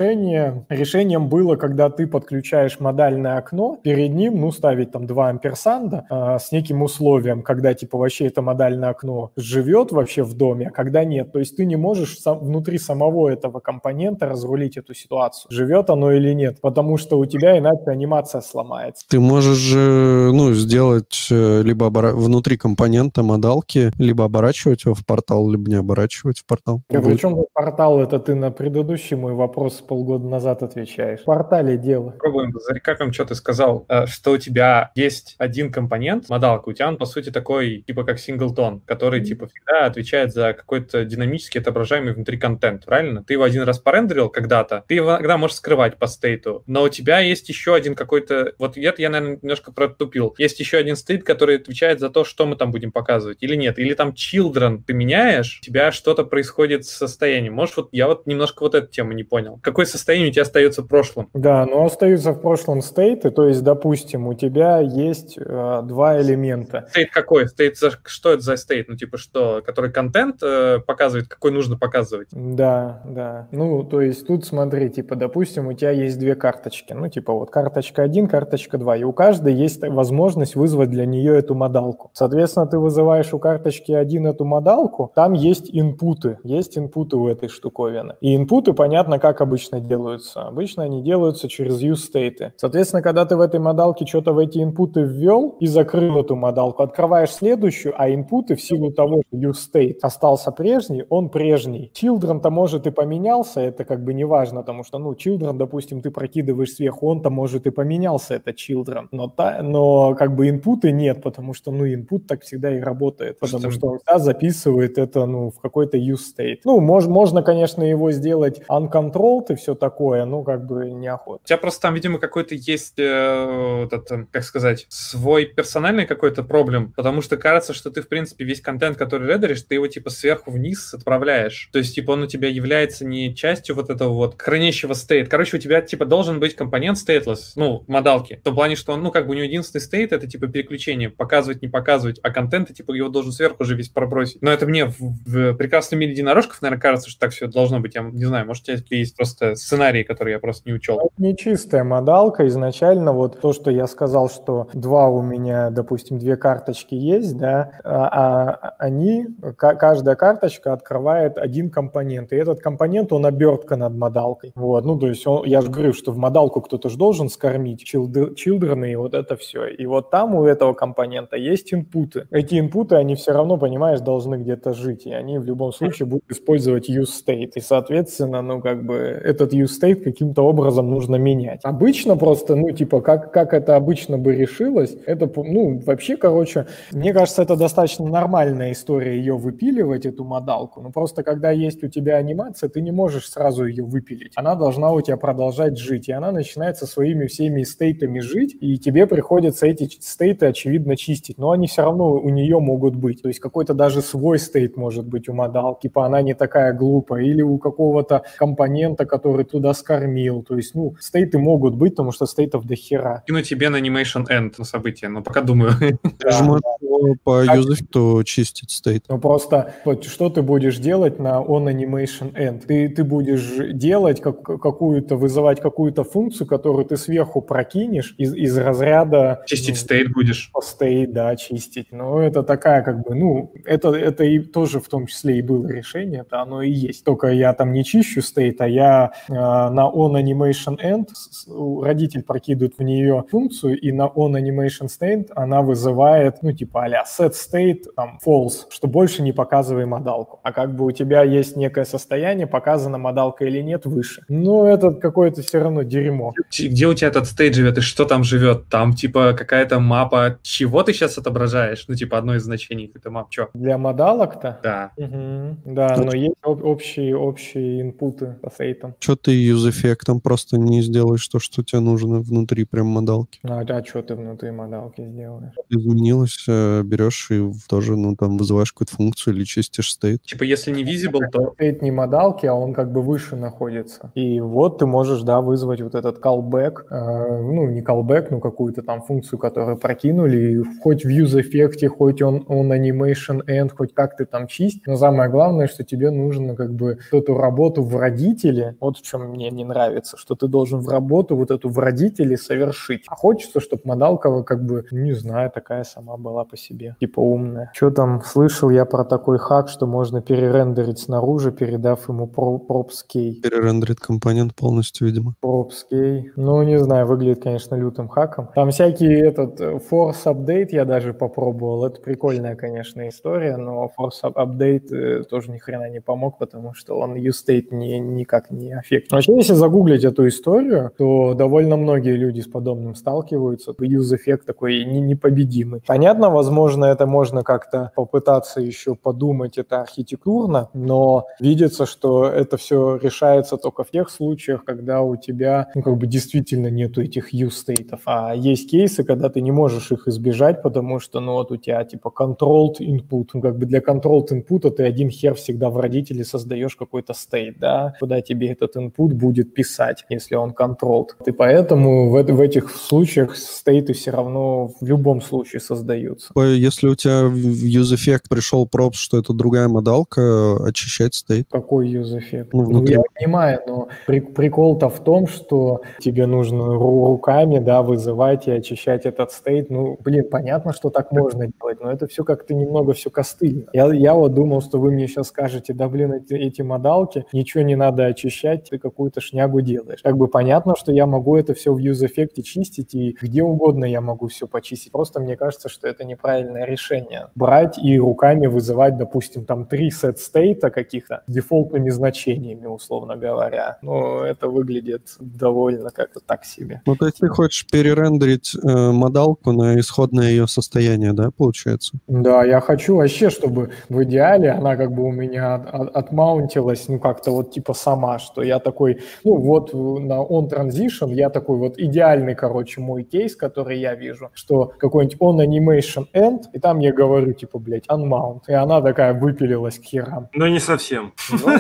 решением было, когда ты подключаешь модальное окно, перед ним, ну, ставить там 2 амперсанда с неким условием, когда типа вообще это модальное окно живет вообще в доме, а когда нет. То есть ты не можешь внутри самого этого компонента разрулить эту ситуацию, живет оно или нет, потому что у тебя иначе анимация сломается. Ты можешь же, ну, сделать либо внутри компонента модалки, либо оборачивать его в портал, либо не оборачивать в портал. Причем портал, это ты на предыдущий мой вопрос полгода назад отвечаешь. В портале дело. Пробуем зарекапим, что ты сказал, что у тебя есть один компонент, модалка, у тебя он, по сути, такой, типа как синглтон, который, типа, всегда отвечает за какой-то динамически отображаемый внутри контент, правильно? Ты его один раз порендерил когда-то, ты его иногда можешь скрывать по стейту, но у тебя есть еще один какой-то, вот это я, наверное, немножко протупил, есть еще один стейт, который отвечает за то, что мы там будем показывать, или нет, или там children ты меняешь, у тебя что-то происходит с состоянием. Может, вот я вот немножко вот эту тему не понял. Какое состояние у тебя остается в прошлом? Да, но остаются в прошлом стейты, то есть, допустим, у тебя есть 2 элемента. Стейт какой? Что это за стейт? Ну, типа что, который контент показывает, какой нужно показывать? Да, да. Ну, то есть тут смотри, типа, допустим, у тебя есть 2 карточки. Ну, типа вот карточка 1, карточка 2. И у каждой есть возможность вызвать для нее эту модалку. Соответственно, ты вызываешь у карточки 1 эту модалку, там есть инпуты. Есть инпуты у этой штуковины. И инпуты, понятно, как обычно делаются. Обычно они делаются через useState. Соответственно, когда ты в этой модалке что-то в эти инпуты ввел и закрыл эту модалку, открываешь следующую, а инпуты в силу того, что useState остался прежний, он прежний. Children-то может и поменялся, это как бы не важно, потому что, ну, children, допустим, ты прокидываешь сверху, он-то может и поменялся, это children. Но как бы инпуты нет, потому что, ну, инпут так всегда и работает, потому что он всегда записывает это, ну, в какой-то useState. Ну, можно, конечно, его сделать uncontrolled и все такое, ну, как бы неохота. У тебя просто там, видимо, какой-то есть, как сказать, свой персональный какой-то проблем, потому что кажется, что ты, в принципе, весь контент, который редеришь, ты его, типа, сверху вниз отправляешь. То есть, типа, он у тебя является не частью вот этого вот хранящего стейт. Короче, у тебя, типа, должен быть компонент stateless, ну, модалки. В том плане, что он, ну, как бы у него единственный стейт, это, типа, переключение, показывать, не показывать, а контент, типа, его должен сверху же весь пробросить. Но это мне в прекрасном мире единорожков, наверное, кажется, что так все должно быть. Я не знаю, может, у тебя есть просто сценарии, которые я просто не учел. Это не чистая модалка. Изначально вот то, что я сказал, что 2 у меня, допустим, 2 карточки есть, да, каждая карточка открывает один компонент, и этот компонент, он обертка над модалкой. Вот, ну, то есть я же говорю, что в модалку кто-то же должен скормить children и вот это все. И вот там у этого компонента есть инпуты. Эти инпуты, они все равно, понимаешь, должны где-то жить, и они в любом случае будут использовать useState. И, соответственно, ну, как бы этот useState каким-то образом нужно менять. Обычно просто, ну, типа, как это обычно бы решилось, это, ну, вообще, короче, мне кажется, это достаточно нормальная история ее выпиливать, эту модалку. Но просто, когда есть у тебя анимация, ты не можешь сразу ее выпилить. Она должна у тебя продолжать жить, и она начинает со своими всеми стейтами жить, и тебе приходится эти стейты, очевидно, чистить. Но они все равно у нее могут быть. То есть какой-то даже свой стейт может быть у модалки, типа она не такая глупая, или у какого-то компонента, который туда скормил. То есть, ну, стейты могут быть, потому что стейтов до хера. Кину тебе на Animation End на событие, но пока думаю. Ты же можешь по юзефту чистить стейт. Ну, просто вот, что ты будешь делать на onAnimationEnd? Ты будешь делать вызывать какую-то функцию, которую ты сверху прокинешь из разряда... Чистить стейт будешь. Стейт, да, чистить. Но это такая, как бы, ну, это и тоже в том числе и было решение, это оно и есть. Только я там не чищу стейт, а я на onAnimationEnd родитель прокидывает в нее функцию, и на onAnimationState она вызывает, ну, типа а-ля setState, там, false, что больше не показывай модалку. А как бы у тебя есть некое состояние, показана модалка или нет, выше. Но это какое-то все равно дерьмо. Где у тебя этот стейт живет и что там живет? Там, типа, какая-то мапа. Чего ты сейчас отображаешь? Ну, типа, одно из значений. Это мап, что? Для модалок-то? Да. Угу. Да, но есть общие инпуты со стейтом. Что ты юз-эффектом просто не сделаешь то, что тебе нужно внутри прям модалки? А что ты внутри модалки сделаешь? Изменилось, берешь и тоже, ну, там, вызываешь какую-то функцию или чистишь стейт. Типа, если не visible, то... Стейт не модалки, а он как бы выше находится. находится. И вот ты можешь, да, вызвать вот этот callback, не callback, но какую-то там функцию, которую прокинули, и хоть в use-эффекте, хоть on animation end, хоть как ты там чисть, но самое главное, что тебе нужно как бы эту работу в родителе, вот в чем мне не нравится, что ты должен в работу вот эту в родителе совершить. А хочется, чтобы модалка как бы, не знаю, такая сама была по себе, типа умная. Что там, слышал я про такой хак, что можно перерендерить снаружи, передав ему props key. Перерендерит компонент полностью, видимо. Props key. Ну, не знаю, выглядит, конечно, лютым хаком. Там всякий этот force update я даже попробовал. Это прикольная, конечно, история, но force update тоже ни хрена не помог, потому что он useState никак не аффектит. Вообще, если загуглить эту историю, то довольно многие люди с подобным сталкиваются. Use-эффект такой непобедимый. Понятно, возможно, это можно как-то попытаться еще подумать, это архитектурно, но видится, что это все решается только в тех случаях, когда у тебя, действительно нету этих use-стейтов. А есть кейсы, когда ты не можешь их избежать, потому что, у тебя типа controlled input. Для controlled input ты один хер всегда в родителе создаешь какой-то стейт, да, куда тебе этот input будет писать, если он controlled. И поэтому в этих случаях стейты все равно в любом случае создаются. Если у тебя в use-эффект пришел props, что это другая модалка, очищать стейт. Какой use-эффект? Внутри. Я понимаю, но прикол-то в том, что тебе нужно руками, да, вызывать и очищать этот стейт. Понятно, что так можно делать, но это все как-то немного все костыльно. Я вот думал, что вы мне сейчас скажете, эти модалки, ничего не надо очищать, ты какую-то шнягу делаешь. Понятно, что я могу это все в use-эффекте чистить, и где угодно я могу все почистить. Просто мне кажется, что это неправильное решение. Брать и руками вызывать, допустим, там 3 сет-стейта каких-то с дефолтными значениями, условно говоря. Это выглядит довольно как-то так себе. То есть ты хочешь перерендерить модалку на исходное ее состояние, да, получается? Да, я хочу вообще, чтобы в идеале она у меня отмаунтилась, как-то вот типа сама, что я такой, на on transition я такой идеальный, мой кейс, который я вижу, что какой-нибудь on animation end, и там я говорю, unmount, и она такая выпилилась к херам. Но не совсем.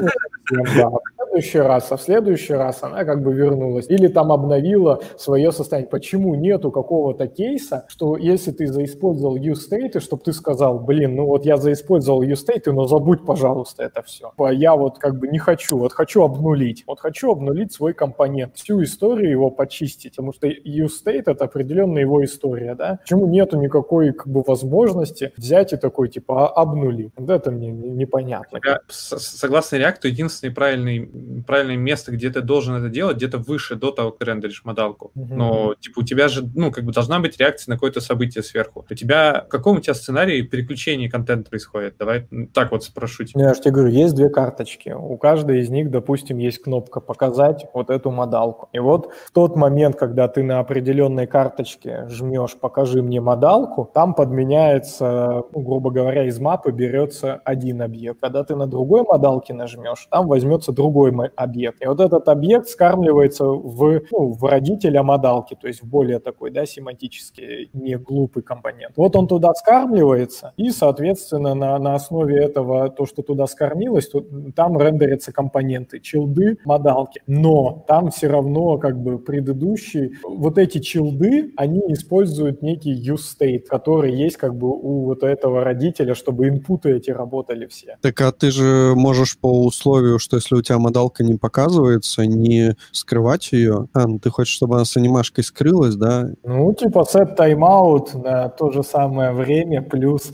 Да. В следующий раз она вернулась. Или там обновила свое состояние. Почему нету какого-то кейса, что если ты заиспользовал useState, чтобы ты сказал, я заиспользовал useState, но забудь, пожалуйста, это все. Я не хочу, хочу обнулить. Хочу обнулить свой компонент, всю историю его почистить, потому что useState — это определенная его история, да? Почему нету никакой возможности взять и такой, обнули? Это мне непонятно. Согласно React, единственное правильное место, где ты должен это делать, где-то выше, до того, как ты рендеришь модалку. Но, у тебя же, должна быть реакция на какое-то событие сверху. У тебя, в каком у тебя сценарии переключения контента происходит? Давай так вот спрошу тебя. Я же тебе говорю, есть 2 карточки. У каждой из них, допустим, есть кнопка «Показать вот эту модалку». И вот в тот момент, когда ты на определенной карточке жмешь «Покажи мне модалку», там подменяется, грубо говоря, из мапы берется один объект. Когда ты на другой модалке нажмешь, там возьмется другой объект. И вот этот объект скармливается в родителя модалки, то есть в более такой, семантически не глупый компонент. Вот он туда скармливается, и, соответственно, на основе этого, то, что туда скормилось, там рендерятся компоненты, чилды, модалки. Но там все равно предыдущие, вот эти чилды, они используют некий useState, который есть у вот этого родителя, чтобы инпуты эти работали все. Так, а ты же можешь по условию, что если у тебя модалка не показывается, не скрывать ее. Ты хочешь, чтобы она с анимашкой скрылась, да? Set timeout на то же самое время, плюс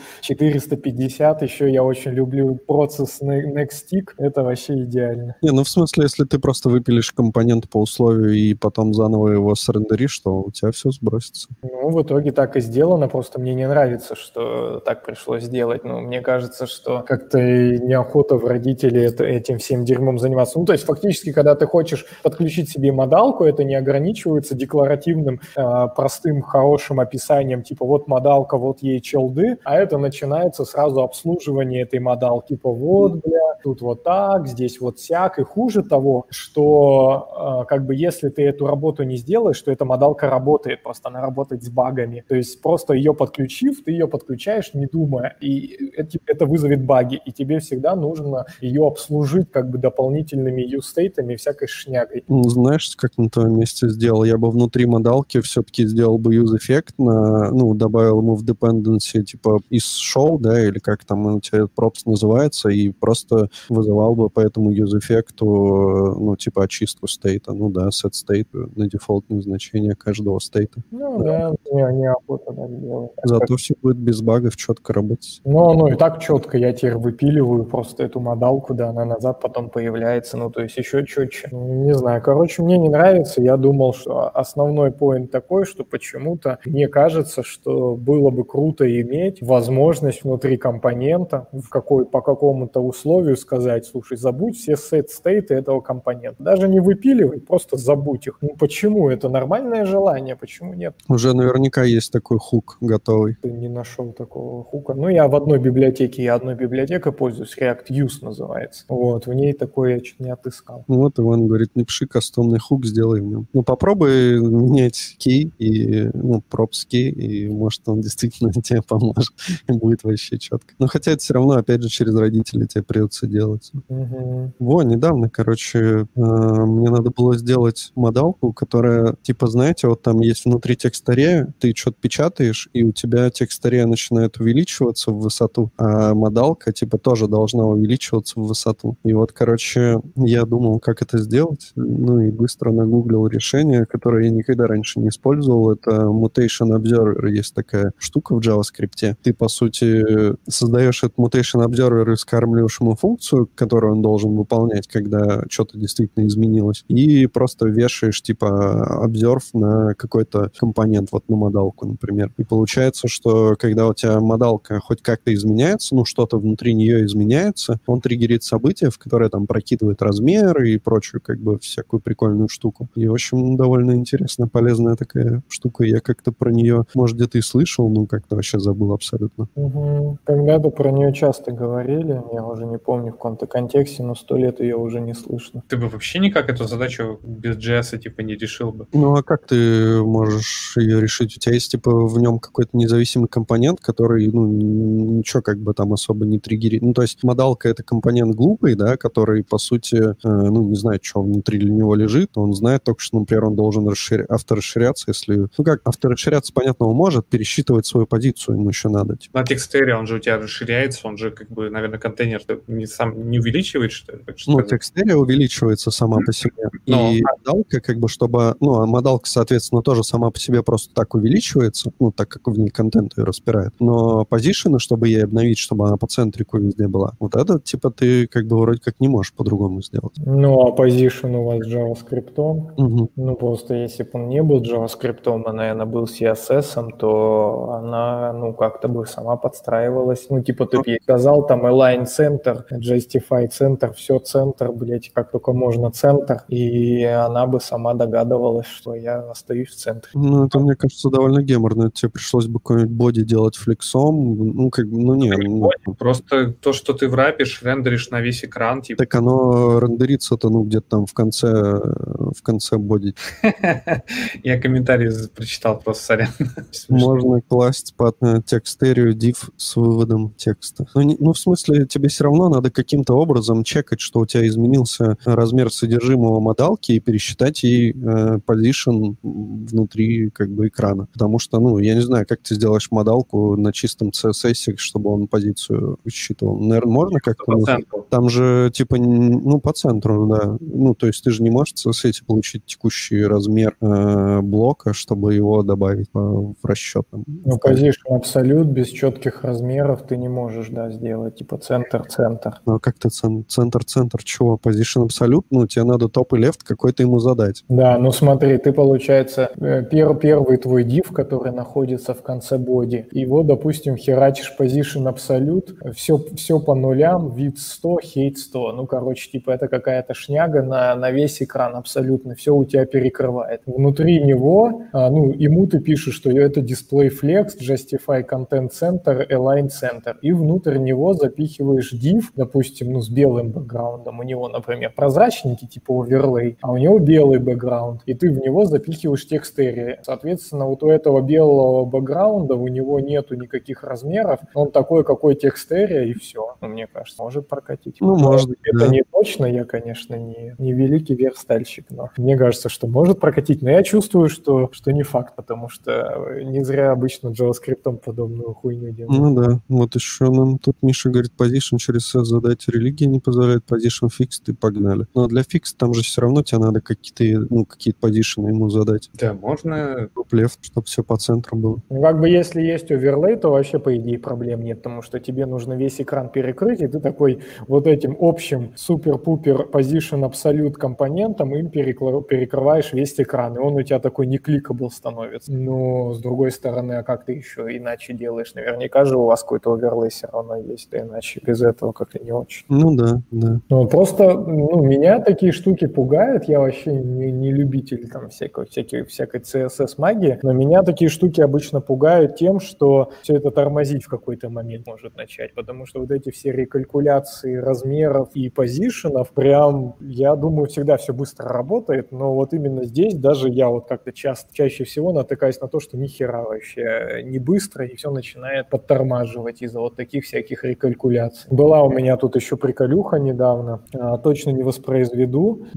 450. Еще я очень люблю процесс nextTick. Это вообще идеально. В смысле, если ты просто выпилишь компонент по условию и потом заново его срендеришь, то у тебя все сбросится. В итоге так и сделано. Просто мне не нравится, что так пришлось сделать. Мне кажется, что как-то неохота в родителей этим всем дерьмом заниматься. То есть фактически, когда ты хочешь подключить себе модалку, это не ограничивается декларативным, простым, хорошим описанием, вот модалка, вот ей челды, а это начинается сразу обслуживание этой модалки. Тут вот так, здесь вот сяк. И хуже того, что если ты эту работу не сделаешь, то эта модалка работает, просто она работает с багами. То есть просто ее подключив, ты ее подключаешь, не думая, и это вызовет баги, и тебе всегда нужно ее обслужить дополнительно отдельными use-стейтами и всякой шнягой. Ну, знаешь, как на твоем месте сделал? Я бы внутри модалки все-таки сделал бы use-эффект, добавил ему в dependency, типа, из show, да, или как там у тебя props называется, и просто вызывал бы по этому use-эффекту, очистку стейта, set state на дефолтное значение каждого стейта. Неохота так делать. Зато все будет без багов четко работать. Ну, и так четко я теперь выпиливаю просто эту модалку, да, она назад потом появляется, то есть еще четче. Не знаю, короче, мне не нравится. Я думал, что основной поинт такой, что почему-то мне кажется, что было бы круто иметь возможность внутри компонента по какому-то условию сказать: слушай, забудь все set-стейты этого компонента. Даже не выпиливай, просто забудь их. Почему? Это нормальное желание, почему нет? Уже наверняка есть такой хук готовый. Ты не нашел такого хука. Я одной библиотекой пользуюсь, React Use называется. В ней такое я чуть не отыскал. Иван говорит, не пиши кастомный хук, сделай в нем. Попробуй менять key и, props key, и может он действительно тебе поможет, и будет вообще четко. Но хотя это все равно, опять же, через родителей тебе придется делать. Недавно, мне надо было сделать модалку, которая, знаете, там есть внутри текстарея, ты что-то печатаешь, и у тебя текстарея начинает увеличиваться в высоту, а модалка, тоже должна увеличиваться в высоту. И я думал, как это сделать, и быстро нагуглил решение, которое я никогда раньше не использовал. Это Mutation Observer. Есть такая штука в JavaScript. Ты, по сути, создаешь этот Mutation Observer и скармливаешь ему функцию, которую он должен выполнять, когда что-то действительно изменилось, и просто вешаешь, observe на какой-то компонент, на модалку, например. И получается, что когда у тебя модалка хоть как-то изменяется, что-то внутри нее изменяется, он триггерит события, в которые там прокидывает размеры и прочую, всякую прикольную штуку. И, в общем, довольно интересная, полезная такая штука. Я как-то про нее, может, где-то и слышал, как-то вообще забыл абсолютно. Когда-то про нее часто говорили, я уже не помню в каком-то контексте, но 100 лет ее уже не слышно. Ты бы вообще никак эту задачу без JS не решил бы? А как ты можешь ее решить? У тебя есть, в нем какой-то независимый компонент, который, ничего там особо не триггерит. То есть модалка — это компонент глупый, да, который, по сути, не знает, что внутри него лежит. Он знает только, что, например, он должен авторасширяться, если... авторасширяться, понятно, он может, пересчитывать свою позицию ему еще надо. На текстере он же у тебя расширяется, он же, наверное, контейнер сам не увеличивает, что ли? Текстере увеличивается сама по себе. И модалка, чтобы... модалка, соответственно, тоже сама по себе просто так увеличивается, так как в ней контент ее распирает. Но позишены, чтобы ей обновить, чтобы она по центрику везде была, это, ты вроде как не можешь по-другому сделать. А position у вас JavaScript? Просто если бы он не был JavaScript, а, наверное, был CSS, то она, как-то бы сама подстраивалась. Ты ей сказал, там, align center, justify center, все центр, как только можно центр, и она бы сама догадывалась, что я остаюсь в центре. Это, мне кажется, довольно геморно. Тебе пришлось бы какой-нибудь боди делать флексом. Просто то, что ты врапишь, рендеришь на весь экран. Так оно рендерится-то, где-то там в конце боди. Я комментарий прочитал просто, сорян. Можно класть под текстерию div с выводом текста. В смысле, тебе все равно надо каким-то образом чекать, что у тебя изменился размер содержимого модалки и пересчитать ей position внутри экрана. Потому что, я не знаю, как ты сделаешь модалку на чистом CSS, чтобы он позицию считывал. Наверное, можно как-то... По центру. Там же, по центру, да. То есть ты же не можешь в CSS получить текущий размер блока, чтобы его добавить в расчет. Position абсолют без четких размеров ты не можешь, сделать, центр-центр. Как ты центр-центр чего? Position абсолют? Тебе надо топ и лефт какой-то ему задать. Да, смотри, ты, получается, первый твой div, который находится в конце боди, его, допустим, херачишь position абсолют, все по нулям, вид 100, хейт 100. Это какая-то шняга на весь экран абсолютно, все у тебя перекрывает. Внутри него, ему ты пишешь, что это display flex, justify content center, align center, и внутрь него запихиваешь div, допустим, с белым бэкграундом, у него, например, прозрачненький, overlay, а у него белый бэкграунд, и ты в него запихиваешь текст area. Соответственно, у этого белого бэкграунда у него нету никаких размеров, он такой, какой текст area, и все. Мне кажется, может прокатить. Может, это да. не точно, я, конечно, не великий верстальщик, но мне кажется, что может прокатить. Но я чувствую, что не факт, потому что не зря обычно JavaScript подобную хуйню делают. Ну да, вот еще нам тут Миша говорит, position через CS задать религия не позволяет, position fixed и погнали. Но для fix там же все равно тебе надо какие-то позишены ему задать. Да, можно... Left, чтобы все по центру было. Ну, как бы если есть оверлей, то вообще, по идее, проблем нет, потому что тебе нужно весь экран перекрыть, и ты такой вот этим общим супер-пупер position absolute компонентом им перекрываешь весь экран, и он у тебя такой не кликабл становится. Но, с другой стороны, а как ты еще иначе делаешь? Наверняка же у вас какой-то оверлей все равно есть, да иначе без этого как-то не очень. Ну да, да. Ну, просто меня такие штуки пугают, я вообще не любитель там всякой CSS-магии, но меня такие штуки обычно пугают тем, что все это тормозить в какой-то момент может начать, потому что вот эти все рекалькуляции размеров и позишенов, прям, я думаю, всегда все быстро работает, но вот именно здесь даже я вот как-то чаще всего натыкаюсь на то, что ни хера вообще не быстро, и все начинает подтормаживать из-за вот таких всяких рекалькуляций. Была у меня тут еще приколюха недавно, точно не воспроизведу,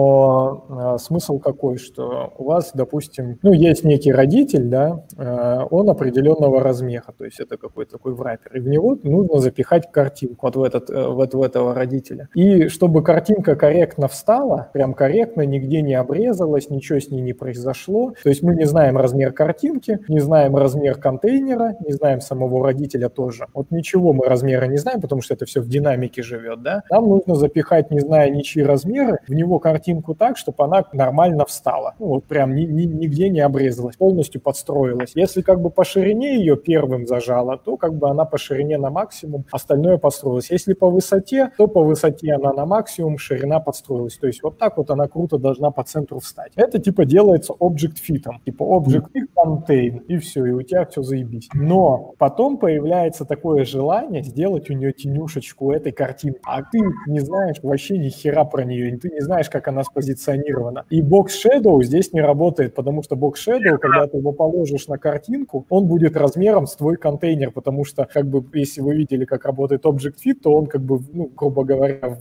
но смысл какой, что у вас, допустим, есть некий родитель, да, он определенного размера, то есть это какой-то такой враппер, и в него нужно запихать картинку вот в этого родителя. И чтобы картинка корректно встала, прям корректно, нигде не обрезалась, ничего с ней не произошло, то есть мы не знаем размер картинки, не знаем размер контейнера, не знаем самого родителя тоже. Вот ничего мы размера не знаем, потому что это все в динамике живет, да. Нам нужно запихать, не зная ничьи размеры, в него картинку так, чтобы она нормально встала. Вот прям нигде не обрезалась, полностью подстроилась. Если как бы по ширине ее первым зажала, то как бы она по ширине на максимум, остальное подстроилось. Если по высоте, то по высоте она на максимум, ширина подстроилась. То есть вот так вот она круто должна по центру встать. Это типа делается object фитом. Типа object fit contain, и все, и у тебя все заебись. Но потом появляется такое желание сделать у нее тенюшечку этой картинки, а ты не знаешь вообще ни хера про нее, ты не знаешь, как она спозиционирована. И Box Shadow здесь не работает, потому что Box Shadow, когда ты его положишь на картинку, он будет размером с твой контейнер, потому что, как бы, если вы видели, как работает Object Fit, то он, как бы, грубо говоря,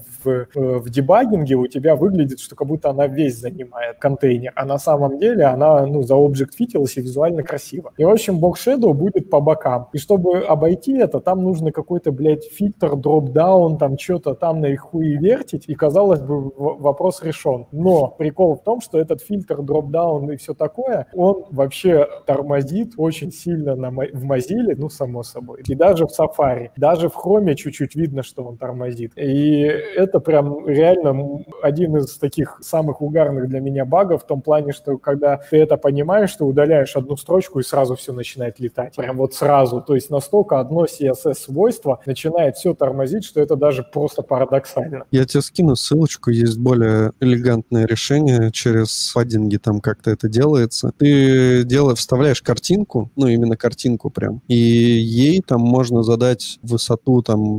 в дебагинге у тебя выглядит, что как будто она весь занимает контейнер, а на самом деле она, за Object Fitилась и визуально красиво. И, в общем, Box Shadow будет по бокам. И чтобы обойти это, там нужно какой-то, фильтр, дроп-даун, там что-то там на их хуи вертить, и, казалось бы, вопрос решен. Но прикол в том, что этот фильтр, дроп-даун и все такое, он вообще тормозит очень сильно в Mozilla, само собой, и даже в Safari. Даже в Chrome чуть-чуть видно, что он тормозит. И это прям реально один из таких самых угарных для меня багов в том плане, что когда ты это понимаешь, ты удаляешь одну строчку и сразу все начинает летать. Прям вот сразу. То есть настолько одно CSS-свойство начинает все тормозить, что это даже просто парадоксально. Я тебе скину ссылочку, есть более элегантное решение через паддинги, там как-то это делается. Ты вставляешь картинку, именно картинку прям, и ей там можно задать высоту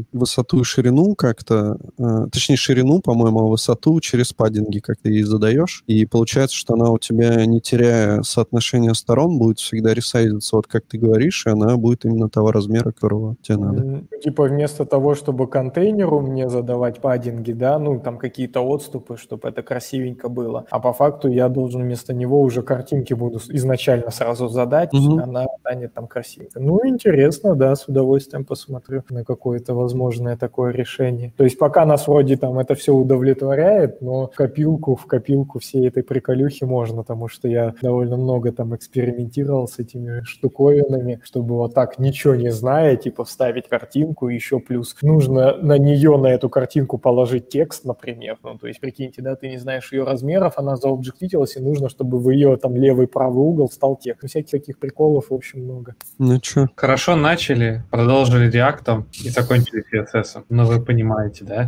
и ширину как-то, точнее ширину, по-моему, а высоту через паддинги как-то ей задаешь, и получается, что она у тебя, не теряя соотношение сторон, будет всегда ресайзиться, вот как ты говоришь, и она будет именно того размера, которого тебе надо. Типа вместо того, чтобы контейнеру мне задавать паддинги, да, там какие-то отступы, чтобы это красивенько было, а по факту я должен вместо него уже картинки буду изначально сразу задать, она станет там красивенько. Интересно, да, с удовольствием посмотрю на какое-то возможное такое решение. То есть пока нас вроде там это все удовлетворяет, но в копилку всей этой приколюхи можно, потому что я довольно много там экспериментировал с этими штуковинами, чтобы вот так, ничего не зная, типа вставить картинку, еще плюс нужно на эту картинку положить текст, например. То есть, прикиньте, да, ты не знаешь ее размеров, она заобжектитилась, и нужно, чтобы в ее там левый правый угол стал текст. Всяких таких приколов, в общем, много. Чё? Хорошо начали, продолжили React и закончили CSS. Вы понимаете, да?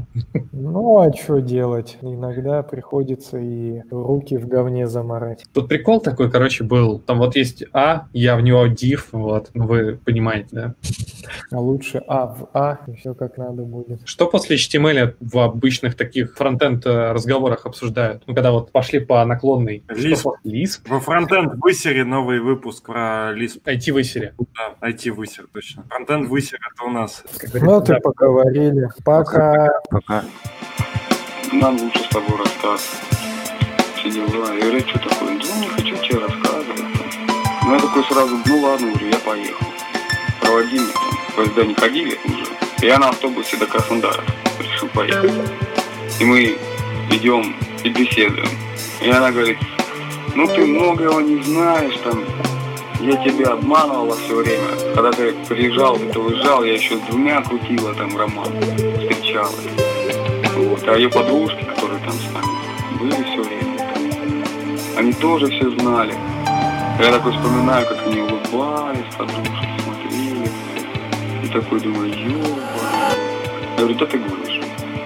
А что делать? Иногда приходится и руки в говне заморать. Тут прикол такой, был. Там вот есть я в него div, вы понимаете, да? А лучше в и все как надо будет. Что после HTML в обычных таких фронтенд разговорах обсуждают? Когда вот пошли по наклонной. Lisp. Во фронтенд высере новый выпуск про Lisp. IT-высере. Да, IT-высер, точно. Фронтенд высер — это у нас. Поговорили. Пока. Пока. нам лучше с тобой расстаться. Все дела. Я говорю, что такое? Ну, не хочу тебе рассказывать. Ну, я такой сразу, ну ладно, говорю, я поехал. Проводи меня там. Поезда не ходили уже. Я на автобусе до Краснодара решил поехать. И мы идем и беседуем. И она говорит, ну ты многого не знаешь, там, я тебя обманывала все время. Когда ты приезжал, ты уезжал, я еще с 2 крутила там роман, встречалась. Вот. А ее подружки, которые там с нами были все время, там, они тоже все знали. Я такой вспоминаю, как они улыбались, подружки смотрели. И такой думаю, ёба. Я говорю, да ты гонишь.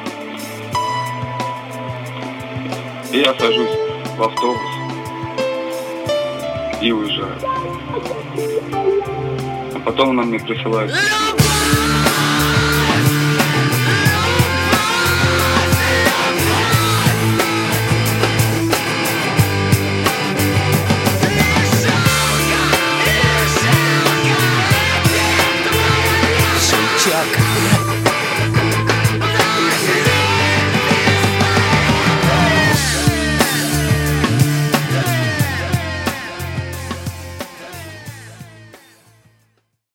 И я сажусь в автобус и уезжаю. А потом она мне присылает письмо.